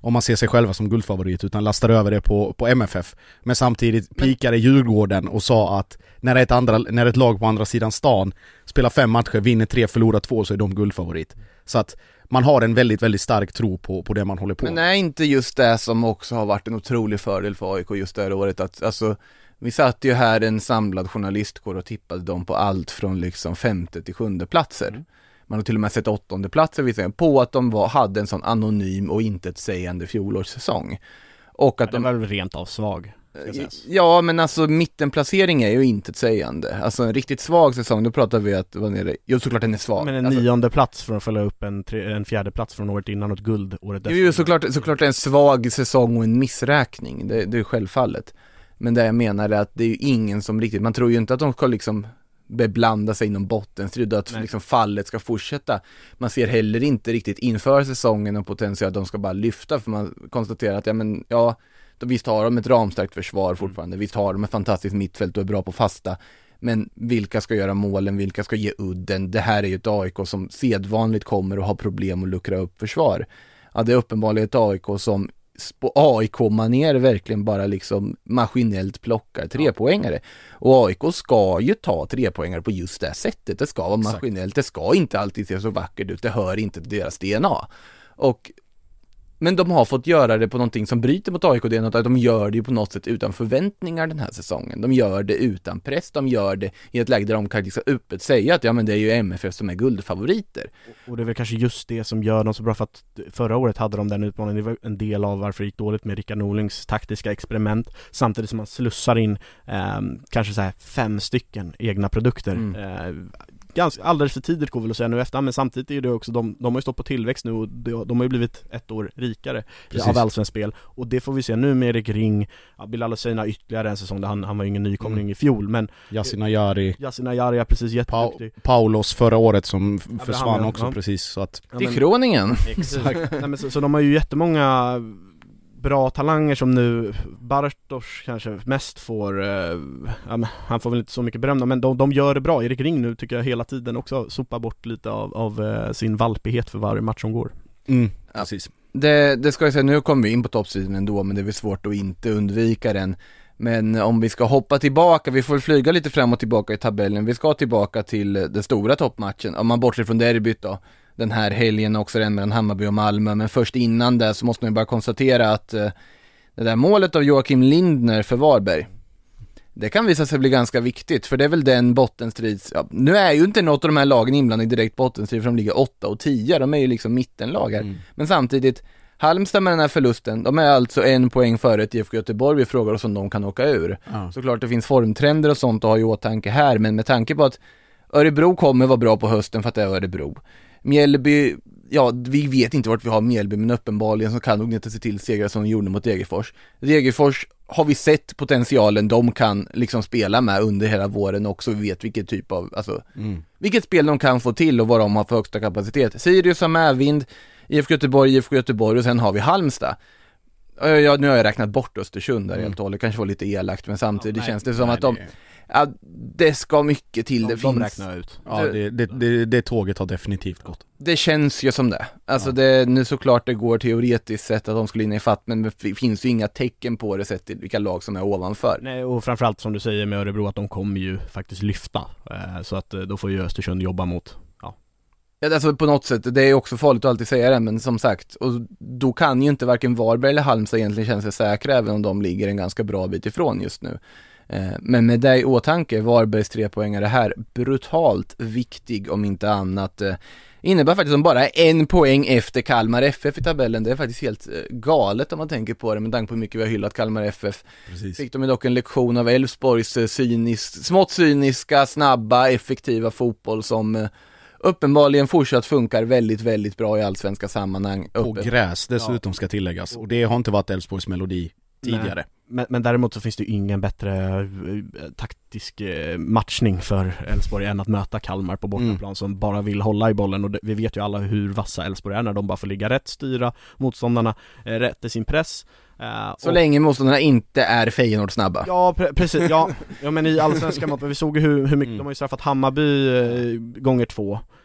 om man ser sig själva som guldfavorit, utan lastar över det på, på M F F. Men samtidigt pikade Djurgården och sa att när ett, andra, när ett lag på andra sidan stan spelar fem matcher, vinner tre, förlorar två, så är de guldfavorit. Så att man har en väldigt, väldigt stark tro på, på det man håller på.
Men är inte just det som också har varit en otrolig fördel för A I K just det här året, att alltså, vi satt ju här en samlad journalistkår och tippade dem på allt från liksom femte till sjunde platser. Mm. Man har till och med sett åttonde platser på att de var, hade en sån anonym och intetsägande fjolårssäsong. Och att
ja, det
de
var väl rent av svag.
Ja, men alltså mittenplacering är ju intetsägande. Alltså en riktigt svag säsong, då pratar vi att vad är det? Jo, såklart den är svag.
Men en
alltså,
nionde plats för att följa upp en, tre, en fjärde plats från året innan och ett guld året efter.
Jo, såklart, såklart en svag säsong och en missräkning. Det, det är självfallet. Men det jag menar är att det är ju ingen som riktigt, man tror ju inte att de ska liksom beblanda sig inom bottenstrid, att liksom fallet ska fortsätta. Man ser heller inte riktigt inför säsongen och potential att de ska bara lyfta, för man konstaterar att ja, men, ja då visst har de ett ramstarkt försvar fortfarande, mm. visst har de ett fantastiskt mittfält och är bra på fasta, men vilka ska göra målen, vilka ska ge udden? Det här är ju ett A I K som sedvanligt kommer att ha problem att luckra upp försvar. Ja, det är uppenbarligen ett A I K som på A I K-manér verkligen bara liksom maskinellt plockar trepoängare. Och A I K ska ju ta trepoängare på just det sättet. Det ska vara maskinellt, det ska inte alltid se så vackert ut, det hör inte till deras D N A. Och men de har fått göra det på någonting som bryter mot A I K-D N A, att de gör det ju på något sätt utan förväntningar den här säsongen. De gör det utan press, de gör det i ett läge där de kan liksom öppet säga att ja, men det är ju M F F som är guldfavoriter.
Och det är väl kanske just det som gör dem så bra, för att förra året hade de den utmaningen. Det var en del av varför det gick dåligt med Rickard Norlings taktiska experiment, samtidigt som man slussar in eh, kanske så här fem stycken egna produkter. Mm. Eh, Ganska, alldeles för tidigt går väl att säga nu efter, men samtidigt är det också, de, de har ju stått på tillväxt nu och de, de har ju blivit ett år rikare. Precis. Av allsvensk spel, och det får vi se nu med Erik Ring, ja, Bilal Hussein ytterligare en säsong där han, han var ju ingen nykomling mm. i fjol, men
Yasin Ayari
Yasin Ayari är precis jätteduktig.
Pa- Paulos förra året som
ja,
försvann
han,
också
ja.
precis så att
ja, men, till Kroningen.
Exakt. Nej, men så, så de har ju jättemånga bra talanger som nu Bartosz kanske mest får, eh, ja, men han får väl inte så mycket beröm, men de, de gör det bra. Erik Ring nu tycker jag hela tiden också sopar bort lite av, av eh, sin valpighet för varje match som går.
Mm,
ja.
Precis.
Det, det ska jag säga, nu kommer vi in på toppstriden ändå, men det är väl svårt att inte undvika den. Men om vi ska hoppa tillbaka, vi får flyga lite fram och tillbaka i tabellen. Vi ska tillbaka till den stora toppmatchen, om man bortser från derbyt då. Den här helgen också, den mellan Hammarby och Malmö. Men först innan det så måste man ju bara konstatera att eh, det där målet av Joakim Lindner för Varberg, det kan visa sig bli ganska viktigt, för det är väl den bottenstrids, ja, nu är ju inte något av de här lagen inblandade i direkt bottenstrid, för de ligger åtta och tio, de är ju liksom mittenlag här. Mm. Men samtidigt, Halmstad med den här förlusten, de är alltså en poäng före ett I F K Göteborg. Vi frågar oss om de kan åka ur. Mm. Såklart det finns formtrender och sånt att ha i åtanke här, men med tanke på att Örebro kommer vara bra på hösten för att det är Örebro. Mjällby, ja, vi vet inte vart vi har Mjällby, men uppenbarligen så kan nog inte se till segrar som de gjorde mot Degerfors. Degerfors har vi sett potentialen de kan liksom spela med under hela våren också. Vi vet vilket typ av, alltså, mm. vilket spel de kan få till och vad de har för högsta kapacitet. Sirius har medvind, I F K Göteborg, I F K Göteborg och sen har vi Halmstad. Ja, nu har jag räknat bort Östersund där mm. helt och hållet. Kanske var lite elakt, men samtidigt ja, nej, känns det som nej, att de... Ja, det ska mycket till.
De,
det
de
finns...
räknar ut.
Ja, det, det, det, det tåget har definitivt gått.
Det känns ju som det. Alltså ja. det, nu såklart det går teoretiskt sett att de skulle in i fatt, men det finns ju inga tecken på det sett till vilka lag som är ovanför.
Nej, och framförallt som du säger med Örebro, att de kommer ju faktiskt lyfta. Så att då får ju Östersund jobba mot... Ja,
ja, alltså på något sätt, det är också farligt att alltid säga det, men som sagt, och då kan ju inte varken Varberg eller Halmstad egentligen känna sig säkra, även om de ligger en ganska bra bit ifrån just nu. Men med det i åtanke, Varbergs trepoängare här, brutalt viktig om inte annat. Innebär faktiskt som bara en poäng efter Kalmar F F i tabellen. Det är faktiskt helt galet om man tänker på det, med tanke på hur mycket vi har hyllat Kalmar F F. Precis. Fick de dock en lektion av Elfsborgs cynisk, smått cyniska, snabba, effektiva fotboll som uppenbarligen fortsatt funkar väldigt, väldigt bra i allsvenska sammanhang.
På gräs dessutom ja. Ska tilläggas. Och det har inte varit Elfsborgs melodi tidigare.
Men, men däremot så finns det ju ingen bättre eh, taktisk eh, matchning för Elfsborg än att möta Kalmar på bortaplan mm. som bara vill hålla i bollen, och det, vi vet ju alla hur vassa Elfsborg är när de bara får ligga rätt, styra motståndarna eh, rätt i sin press. Uh,
så och, länge motståndarna inte är Feyenoord snabba.
Ja, pre- precis. Ja, ja, men i allsvenska mått, vi såg hur, hur mycket mm. de har ju straffat Hammarby eh, gånger två.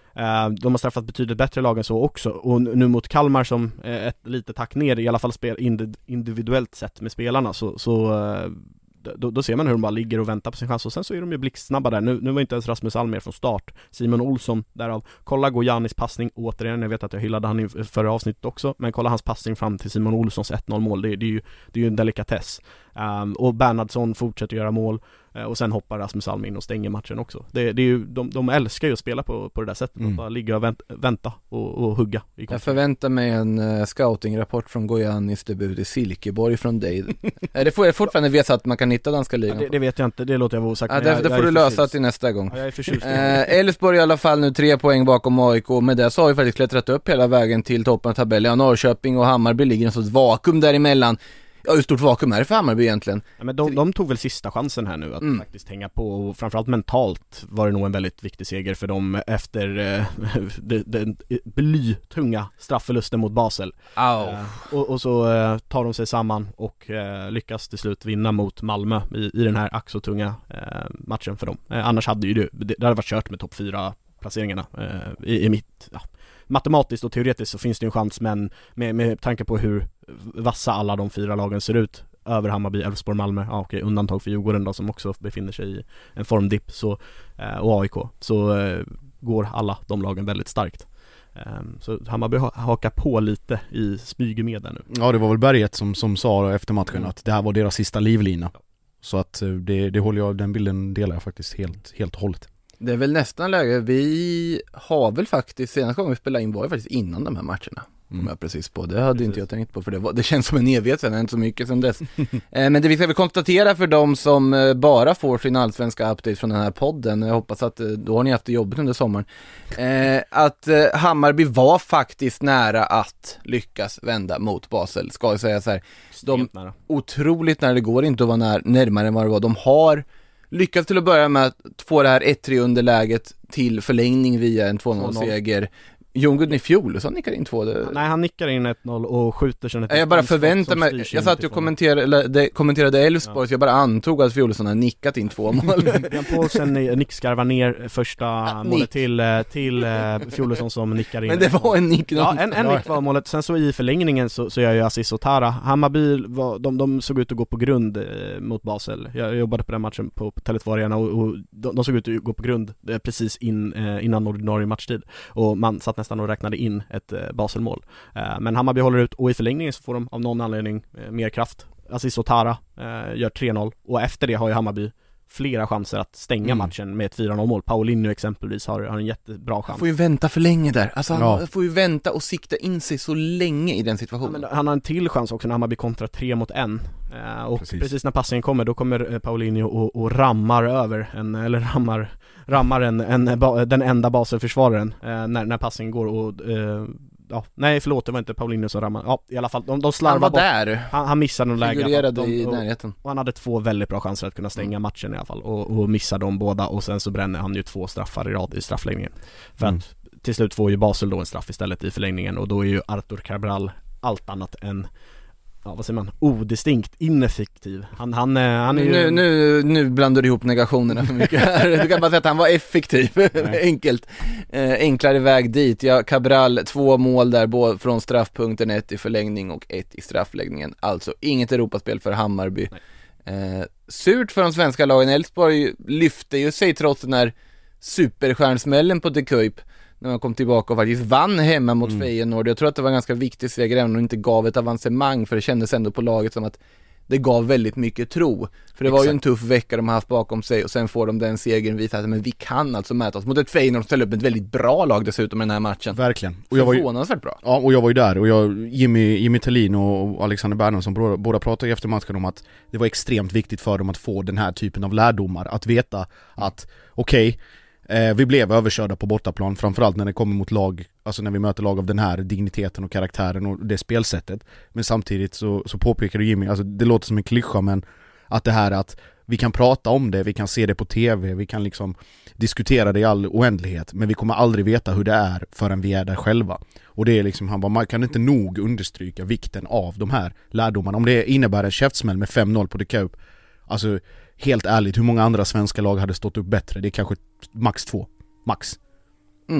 Uh, de har straffat betydligt bättre lag än så också. Och nu mot Kalmar som uh, ett lite tack ner, i alla fall spel, individuellt sett med spelarna, så, så uh, Då, då ser man hur de bara ligger och väntar på sin chans. Och sen så är de ju blixtsnabba där. Nu, nu var inte ens Rasmus Almér från start. Simon Olsson därav. Kolla Gojanis passning återigen. Jag vet att jag hyllade han i förra avsnittet också. Men kolla hans passning fram till Simon Olssons ett noll mål. Det, det, är, ju, det är ju en delikatess. Um, och Bernhardsson fortsätter göra mål. Uh, och sen hoppar Rasmus Alm in och stänger matchen också. Det, det är ju, de, de älskar ju att spela på, på det där sättet. Mm. Att bara ligga och vänt, vänta och, och hugga.
Jag förväntar mig en uh, scouting-rapport från Gojanis debut i Silkeborg från dig. Det får jag fortfarande veta att man kan hitta danska ligan.
Ja, det, det vet jag inte, det låter jag vara osagt.
Ja, det,
jag,
det får
jag
du lösa
förtjust.
till nästa gång.
Ja, jag är förtjust.
Elfsborg i alla fall nu tre poäng bakom A I K. Med det så har vi faktiskt klättrat upp hela vägen till toppen av tabellen. Ja, Norrköping och Hammarby ligger i en sorts vakuum däremellan. Ja, hur stort vakuum är det för Hammarby egentligen?
Ja, men de, de tog väl sista chansen här nu att mm. faktiskt hänga på, och framförallt mentalt var det nog en väldigt viktig seger för dem efter eh, den, den blytunga straffförlusten mot Basel.
Oh.
Eh, och, och så eh, tar de sig samman och eh, lyckas till slut vinna mot Malmö i, i den här ack så tunga eh, matchen för dem. Eh, annars hade ju det, det hade varit kört med topp fyra placeringarna eh, i, i mitt... Ja. Matematiskt och teoretiskt så finns det en chans, men med, med tanke på hur vassa alla de fyra lagen ser ut över Hammarby, Elfsborg, Malmö, ja, okej, undantag för Djurgården då, som också befinner sig i en formdipp, så, eh, och A I K, så eh, går alla de lagen väldigt starkt. Eh, så Hammarby ha, hakar på lite i smyg med där nu.
Ja, det var väl Berget som, som sa efter matchen mm. att det här var deras sista livlina. Så att det, det håller jag, den bilden delar jag faktiskt helt, helt och hållet.
Det är väl nästan läge. Vi har väl faktiskt, senast gången vi spelade in var ju faktiskt innan de här matcherna. Mm. Om jag precis på. Det hade precis. Inte jag tänkt på, för det, var, det känns som en evighet sen, inte så mycket sen dess. eh, men det vi ska väl konstatera för de som eh, bara får sin allsvenska update från den här podden, jag hoppas att eh, då har ni haft det jobbigt under sommaren, eh, att eh, Hammarby var faktiskt nära att lyckas vända mot Basel, ska jag säga så här. De, nära. Otroligt när det går inte att vara när, närmare än vad det var. De har lyckats till att börja med att få det här ett tre underläget till förlängning via en två noll-seger. Jon Gudni fjol, så han nickar in två. Det...
Nej, han nickar in ett noll och skjuter sen ett...
Jag bara förväntar mig, jag satt och kommenterade, kommenterade Elfsborg, ja. Så jag bara antog att Fjolesson har nickat in två mål.
Jan Paulsen nickskarvar ner första ja, målet nick. till, till Fjolesson som nickar in.
Men det var en nick.
Ja, en, en nick var målet. Sen så i förlängningen så, så gör ju Aziz Otara. Hammarby, var, de, de såg ut att gå på grund eh, mot Basel. Jag jobbade på den matchen på, på Tele två Arena och, och de, de såg ut att gå på grund eh, precis in, eh, innan ordinarie matchtid. Och man satt nästan och räknade in ett eh, Baselmål. Eh, men Hammarby håller ut, och i förlängningen så får de av någon anledning eh, mer kraft. Aziz Otara eh, gör tre noll, och efter det har ju Hammarby flera chanser att stänga mm. matchen med ett fyra noll mål. Paulinho exempelvis har, har en jättebra chans.
Han får ju vänta för länge där. Alltså han ja. får ju vänta och sikta in sig så länge i den situationen.
Ja, men han har en till chans också när Hammarby kontrar tre mot en. Eh, och precis. precis när passningen kommer, då kommer eh, Paulinho och, och rammar över en, eller rammar rammar en, en, ba, den enda baselförsvararen eh, när, när passningen går och eh, ja, nej förlåt, det var inte Paulinho som rammade. Ja, i alla fall, de, de slarvar
han var
bort.
där.
Han, han missade någon läge.
Figurerade i närheten.
Och, och han hade två väldigt bra chanser att kunna stänga mm. matchen i alla fall. Och, och missade dem båda, och sen så bränner han ju två straffar i rad i straffläggningen. För mm. att till slut får ju Basel då en straff istället i förlängningen, och då är ju Artur Cabral allt annat än, ja, vad säger man, odistinkt ineffektiv. Han, han, han är ju...
Nu, nu, nu blandar du ihop negationerna för mycket här. Du kan bara säga att han var effektiv. Enkelt. Eh, enklare väg dit. Ja, Cabral, två mål där, både från straffpunkten, ett i förlängning och ett i straffläggningen. Alltså inget Europaspel för Hammarby. Eh, surt för de svenska lagen. Elfsborg lyfte ju sig trots den här superstjärnsmällen på The Cup, när man kom tillbaka och faktiskt vann hemma mot mm. Feyenoord. Jag tror att det var en ganska viktig seger, även om det inte gav ett avancemang, för det kändes ändå på laget som att det gav väldigt mycket tro. För det var Exakt. ju en tuff vecka de har haft bakom sig, och sen får de den segern, visa att men vi kan alltså mäta oss mot ett Feyenoord och ställa upp ett väldigt bra lag dessutom i den här matchen.
Verkligen. Och jag var ju,
förvånansvärt bra.
Ja, och jag var ju där, och jag, Jimmy, Jimmy Thelin och Alexander Bernhardsson som båda, båda pratade efter matchen om att det var extremt viktigt för dem att få den här typen av lärdomar, att veta att okej, okay, Eh, vi blev överkörda på bortaplan, framförallt när det kommer mot lag, alltså när vi möter lag av den här digniteten och karaktären och det spelsättet. Men samtidigt så, så påpekar Jimmy, alltså det låter som en klyscha, men att det här att vi kan prata om det, vi kan se det på tv, vi kan liksom diskutera det i all oändlighet, men vi kommer aldrig veta hur det är förrän vi är där själva. Och det är liksom, han bara, man kan inte nog understryka vikten av de här lärdomarna. Om det innebär en käftsmäll med fem noll på The Cup, alltså helt ärligt, hur många andra svenska lag hade stått upp bättre? Det är kanske max två. Max.
Mm.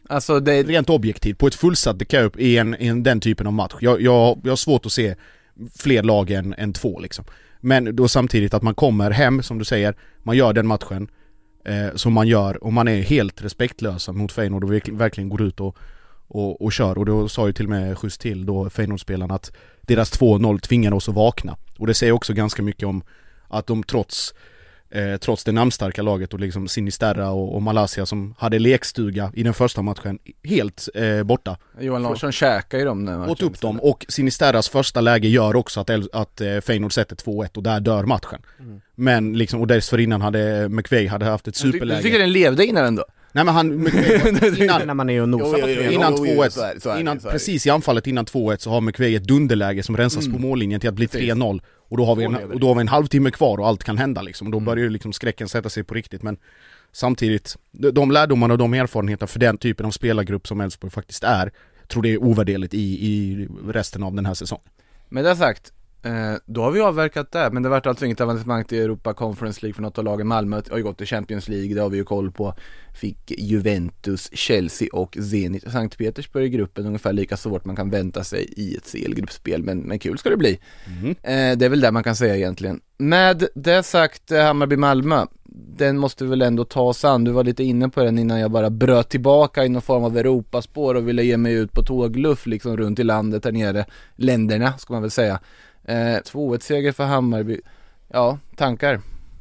Alltså det...
Rent objektivt, på ett fullsatt The Cup i, en, i en, den typen av match. Jag, jag, jag har svårt att se fler lag än, än två liksom. Men då samtidigt att man kommer hem, som du säger, man gör den matchen eh, som man gör och man är helt respektlösa mot Feyenoord och verkligen, verkligen går ut och, och, och kör. Och då sa ju till och med just till då Feyenoordspelarna att deras två noll tvingar oss att vakna. Och det säger också ganska mycket om att de trots Eh, trots det namnstarka laget och liksom Sinisterra och, och Malaysia som hade lekstuga i den första matchen helt eh, borta.
Johan Larsson käkar ju dem
åt upp dem och Sinisterras första läge gör också att, att eh, Feyenoord sätter två ett och där dör matchen. Mm. Men liksom, och dessförinnan hade McVeigh hade haft ett superläge.
Du tycker den levde innan ändå?
Nej men han McVeigh, innan,
när man är och nosar
jo, jo, jo,
innan
jo, jo,
två ett
så är det, så är det,
innan,
så är det.
precis i anfallet innan två ett så har McVeigh ett dunderläge som rensas mm. på mållinjen till att bli tre noll och då har vi en, och då har vi en halvtimme kvar och allt kan hända liksom. Och då börjar ju liksom skräcken sätta sig på riktigt. Men samtidigt, de lärdomarna och de erfarenheterna för den typen av spelargrupp som Elfsborg faktiskt är, tror det är ovärderligt i, i resten av den här säsongen.
Med det sagt, eh, då har vi avverkat det, men det vart alltså inget avancemang till Europa Conference League för något av lagen. Malmö har ju gått till Champions League, det har vi ju koll på. Fick Juventus, Chelsea och Zenit. Sankt Petersburg i gruppen, ungefär lika svårt man kan vänta sig i ett C L-gruppspel, men, men kul ska det bli. Mm. Eh, det är väl det man kan säga egentligen. Med det sagt, eh, Hammarby-Malmö, den måste vi väl ändå ta oss an. Du var lite inne på den innan jag bara bröt tillbaka i någon form av Europaspår och ville ge mig ut på tågluff liksom runt i landet här nere, länderna ska man väl säga. Eh, två ett seger för Hammarby. Ja, tankar?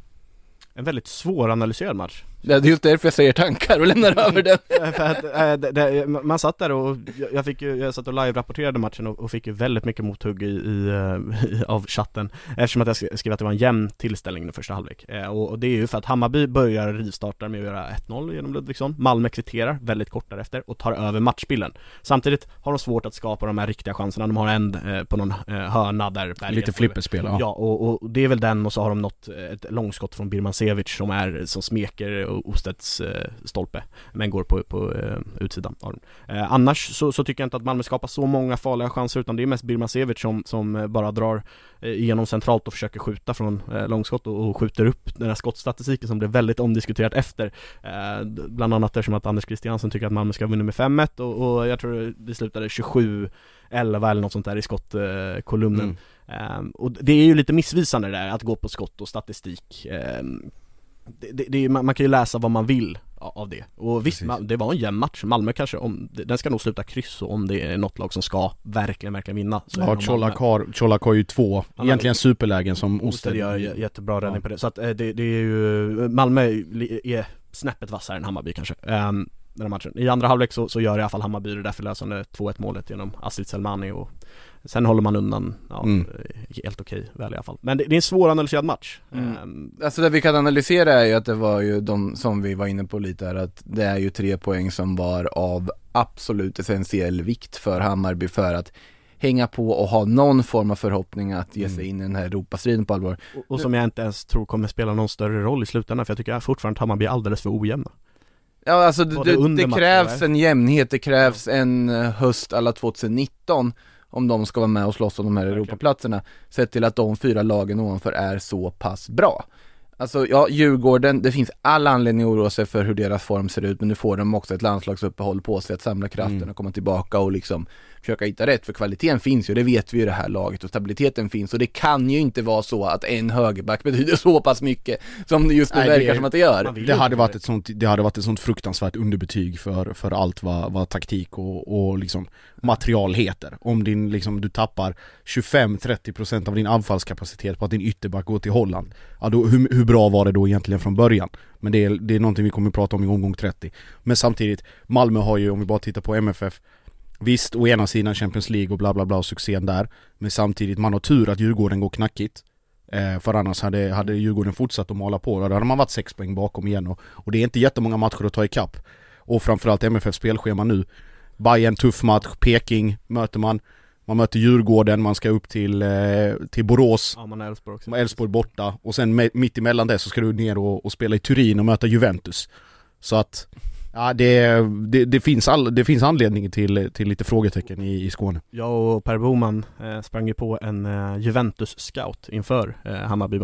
En väldigt svåranalyserad match.
Det är just därför jag säger tankar och lämnar över den.
För att, äh, det, det, man satt där och jag, fick ju, jag satt och live-rapporterade matchen och, och fick ju väldigt mycket mothugg i, i, i, av chatten eftersom att jag skrev att det var en jämn tillställning i första halvlek. Eh, och, och det är ju för att Hammarby börjar rivstarta med att göra ett noll genom Ludvigsson. Malmö kvitterar väldigt kort därefter och tar över matchbilden. Samtidigt har de svårt att skapa de här riktiga chanserna. De har en eh, på någon eh, hörna där.
Lite flipperspel. Ja,
ja och, och det är väl den, och så har de nått ett långskott från Birmancevic som är som smeker Ostedts eh, stolpe, men går på, på eh, utsidan av den. Eh, annars så, så tycker jag inte att Malmö skapar så många farliga chanser, utan det är mest Birmancevic som, som bara drar eh, igenom centralt och försöker skjuta från eh, långskott och, och skjuter upp den här skottstatistiken som blev väldigt omdiskuterat efter. Eh, bland annat eftersom att Anders Christiansen tycker att Malmö ska vinna med fem ett och, och jag tror det slutade tjugosju elva eller något sånt där i skottkolumnen. Mm. Um, och det är ju lite missvisande där att gå på skott och statistik. Um, det, det, det är, man, man kan ju läsa vad man vill av det. Och visst, man, det var en jämn match. Malmö kanske, om, den ska nog sluta kryss, och om det är något lag som ska verkligen, verkligen vinna. Så
ja, Colak har, Colak har ju två
ja,
egentligen superlägen som
Osted gör jättebra räddning ja. på det. Så att det, det är ju, Malmö är snäppet vassare än Hammarby kanske. Um, den här matchen. I andra halvlek så, så gör i alla fall Hammarby det där förlösande två ett målet genom Astrid Selmani, och sen håller man undan ja, mm. helt okej väl i alla fall. Men det, det är en svåranalyserad match.
Mm. Um, alltså det vi kan analysera är ju att det var ju de som vi var inne på lite här, att det är ju tre poäng som var av absolut essentiell vikt för Hammarby för att hänga på och ha någon form av förhoppning att ge sig mm. in i den här Europastriden på allvar.
Och, och som jag inte ens tror kommer spela någon större roll i slutändan, för jag tycker fortfarande att Hammarby är alldeles för ojämna.
Ja, alltså det, det, det krävs en jämnhet, det krävs en höst alla tjugonitton om de ska vara med och slåss om de här okay. Europaplatserna, sett till att de fyra lagen ovanför är så pass bra. Alltså ja, Djurgården, det finns alla anledningar att oroa sig för hur deras form ser ut, men nu får de också ett landslagsuppehåll på sig att samla kraften mm. och komma tillbaka och liksom försöka hitta rätt, för kvaliteten finns ju, det vet vi ju det här laget, och stabiliteten finns, och det kan ju inte vara så att en högerback betyder så pass mycket som det just nu Nej, verkar det, som att det gör.
Det hade varit ett sånt, det hade varit ett sånt fruktansvärt underbetyg för, för allt vad, vad taktik och, och liksom material heter. Om din, liksom, du tappar tjugofem till trettio procent av din anfallskapacitet på att din ytterback går till Holland. Ja, då, hur, hur bra var det då egentligen från början? Men det är, det är någonting vi kommer att prata om i omgång trettio. Men samtidigt, Malmö har ju, om vi bara tittar på M F F, visst, å ena sidan Champions League och bla bla bla och succén där, men samtidigt man har tur att Djurgården går knackigt, eh, för annars hade, hade Djurgården fortsatt att måla på, då hade man varit sex poäng bakom igen, och, och det är inte jättemånga matcher att ta i kapp, och framförallt M F F spelschema nu. Bayern tuff match, Peking möter man, man möter Djurgården, man ska upp till, eh, till Borås,
ja, man är Elfsborg också.
Elfsborg borta, och sen med, mitt emellan det så ska du ner och, och spela i Turin och möta Juventus. Så att ja, det, det, det, finns all, det finns anledning till, till lite frågetecken i, i Skåne.
Jag och Per Boman eh, sprang ju på en eh, Juventus-scout inför eh, Hammarby-Malmö.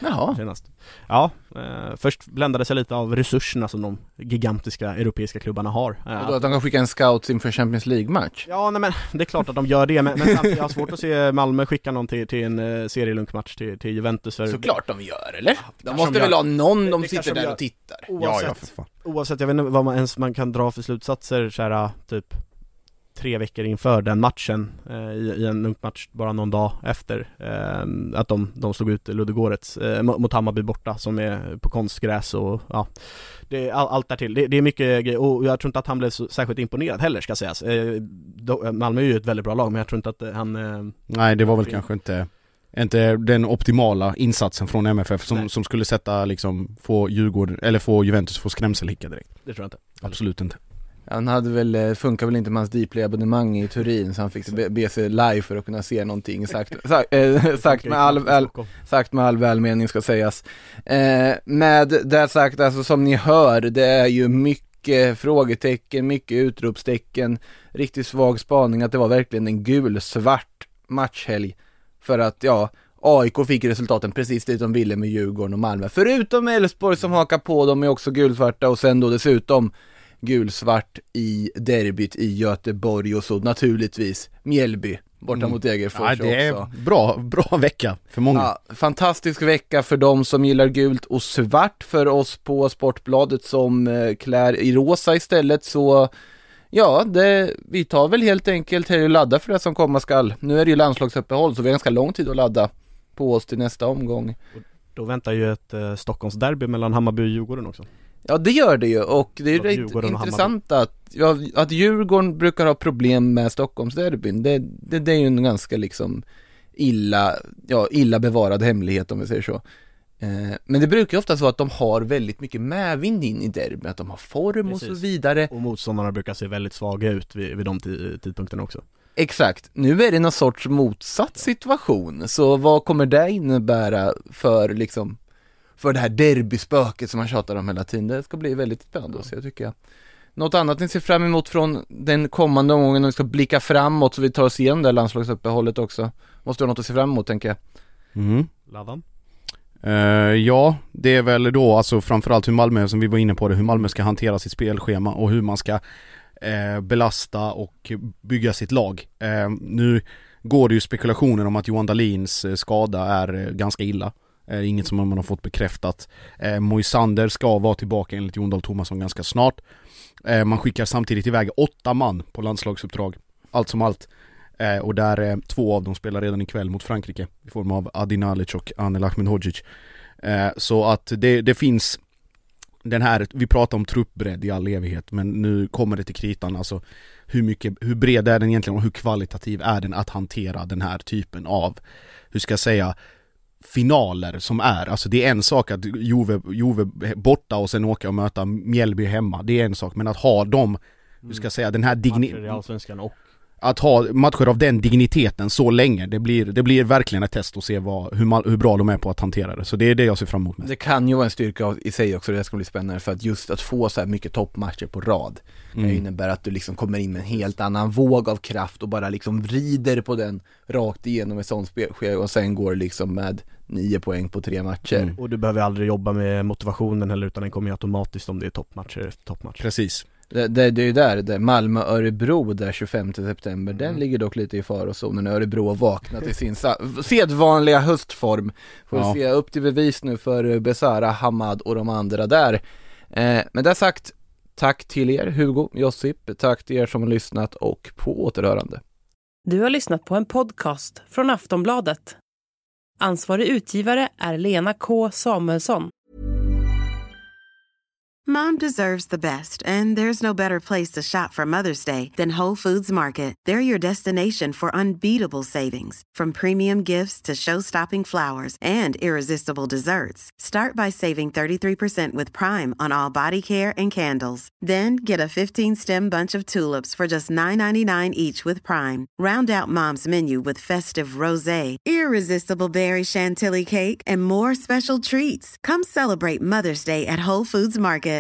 Jaha.
senast. Ja, eh, först bländade sig lite av resurserna som de gigantiska europeiska klubbarna har. Eh,
Och då att de kan skicka en scout inför Champions League-match?
Ja, nej, men det är klart att de gör det, men, men samtidigt jag har svårt att se Malmö skicka någon till, till en uh, serielunkmatch till, till Juventus. För
Såklart de gör, eller? De
kanske
måste
de
väl
gör.
ha någon, de
Det
sitter
kanske de
där
gör.
och tittar.
Oavsett,
Ja, ja, för fan.
oavsett, jag vet inte vad man ens man kan dra för slutsatser så här, typ tre veckor inför den matchen eh, i, i en lunkmatch bara någon dag efter eh, att de, de slog ut Ludogorets eh, mot Hammarby borta som är på konstgräs och ja, det är all, allt där till. Det, det är mycket grejer och jag tror inte att han blev så särskilt imponerad heller ska sägas. Eh, då, Malmö är ju ett väldigt bra lag men jag tror inte att han eh,
Nej, det var väl kanske inte inte den optimala insatsen från M F F som,
Nej.
som skulle sätta liksom få Djurgården eller få Juventus få skrämselhicka direkt.
det tror jag inte.
Absolut inte.
Han hade väl, funkar väl inte med hans Dplay-abonnemang i Turin så han fick be, be sig live för att kunna se någonting sagt, sagt, äh, sagt, med, all, all, sagt med all välmening ska sägas. Eh, med det sagt, alltså som ni hör, det är ju mycket frågetecken, mycket utropstecken, riktigt svag spaning att det var verkligen en gul-svart matchhelg för att ja, A I K fick resultaten precis dit de ville med Djurgården och Malmö. Förutom Elfsborg som hakar på, de är också gulsvarta och sen då dessutom gulsvart i derbyt i Göteborg och så naturligtvis Mjällby borta
Mm.
mot Degerfors
Ja, det är
också.
bra, bra vecka för många.
Ja, fantastisk vecka för de som gillar gult och svart, för oss på Sportbladet som eh, klär i rosa istället, så ja, det, vi tar väl helt enkelt här och laddar för det som komma skall. Nu är det ju landslagsuppehåll så vi har ganska lång tid att ladda på oss till nästa omgång.
Då väntar ju ett eh, Stockholmsderby mellan Hammarby och Djurgården också.
Ja, det gör det ju, och det är
Ja,
rätt
Djurgården och
intressant att, ja, att Djurgården brukar ha problem med Stockholmsderbyn. Det, det, det är ju en ganska liksom illa, ja, illa bevarad hemlighet om vi säger så. Eh, men det brukar ju ofta så att de har väldigt mycket medvind in i derbyn, att de har form
Precis.
och så vidare.
Och motståndarna brukar se väldigt svaga ut vid, vid de t- tidpunkterna också.
Exakt, nu är det någon sorts motsatt situation, så vad kommer det innebära för liksom för det här derbyspöket som man tjatar om hela tiden? Det ska bli väldigt spännande att se, tycker jag. Något annat ni ser fram emot från den kommande omgången, om vi ska blicka framåt så vi tar oss igenom det här landslagsuppehållet också. Måste ha något att se fram emot, tänker jag.
Mm.
Laddan?
Uh, ja, det är väl då alltså framförallt hur Malmö, som vi var inne på det, hur Malmö ska hantera sitt spelschema och hur man ska uh, belasta och bygga sitt lag. Uh, nu går det ju spekulationer om att Johan Dahlins uh, skada är uh, ganska illa. Uh, inget som man har fått bekräftat. Uh, Moisander ska vara tillbaka enligt Jon Dahl Tomasson ganska snart. Uh, man skickar samtidigt iväg åtta man på landslagsuppdrag. Allt som allt. Eh, och där eh, två av dem spelar redan ikväll mot Frankrike i form av Adi Nalic och Anel Ahmedhodzic. Eh, så att det, det finns den här, vi pratar om truppbredd i all evighet, men nu kommer det till kritan, alltså hur mycket, hur bred är den egentligen och hur kvalitativ är den att hantera den här typen av, hur ska jag säga, finaler som är, alltså det är en sak att Juve, Juve borta och sen åka och möta Mjällby hemma, det är en sak, men att ha dem, hur ska jag säga, den här digni-
Matcher i Allsvenskan och
att ha matcher av den digniteten så länge, det blir, det blir verkligen ett test att se vad, hur, mal, hur bra de är på att hantera det. Så det är det jag ser fram emot med.
Det kan ju vara en styrka i sig också, det ska bli spännande, för att just att få så här mycket toppmatcher på rad,
Mm.
det innebär att du liksom kommer in med en helt annan våg av kraft och bara liksom vrider på den rakt igenom ett sånt spelskede och sen går liksom med nio poäng på tre matcher.
Mm.
Och du behöver aldrig jobba med motivationen heller, utan den kommer ju automatiskt om det är toppmatcher efter toppmatcher.
Precis.
Det, det, det är ju där, det Malmö-Örebro där tjugofemte september, den
Mm.
ligger dock lite i farozonen. Örebro har vaknat i sin sa- sedvanliga höstform. Får
Ja.
se upp till bevis nu för Besara, Hamad och de andra där. Eh, men det sagt, tack till er Hugo, Josip, tack till er som har lyssnat och på återhörande.
Du har lyssnat på en podcast från Aftonbladet. Ansvarig utgivare är Lena K. Samuelsson.
Mom deserves the best, and there's no better place to shop for Mother's Day than Whole Foods Market. They're your destination for unbeatable savings, from premium gifts to show-stopping flowers and irresistible desserts. Start by saving thirty-three percent with Prime on all body care and candles. Then get a fifteen-stem bunch of tulips for just nine ninety-nine each with Prime. Round out Mom's menu with festive rosé, irresistible berry chantilly cake, and more special treats. Come celebrate Mother's Day at Whole Foods Market.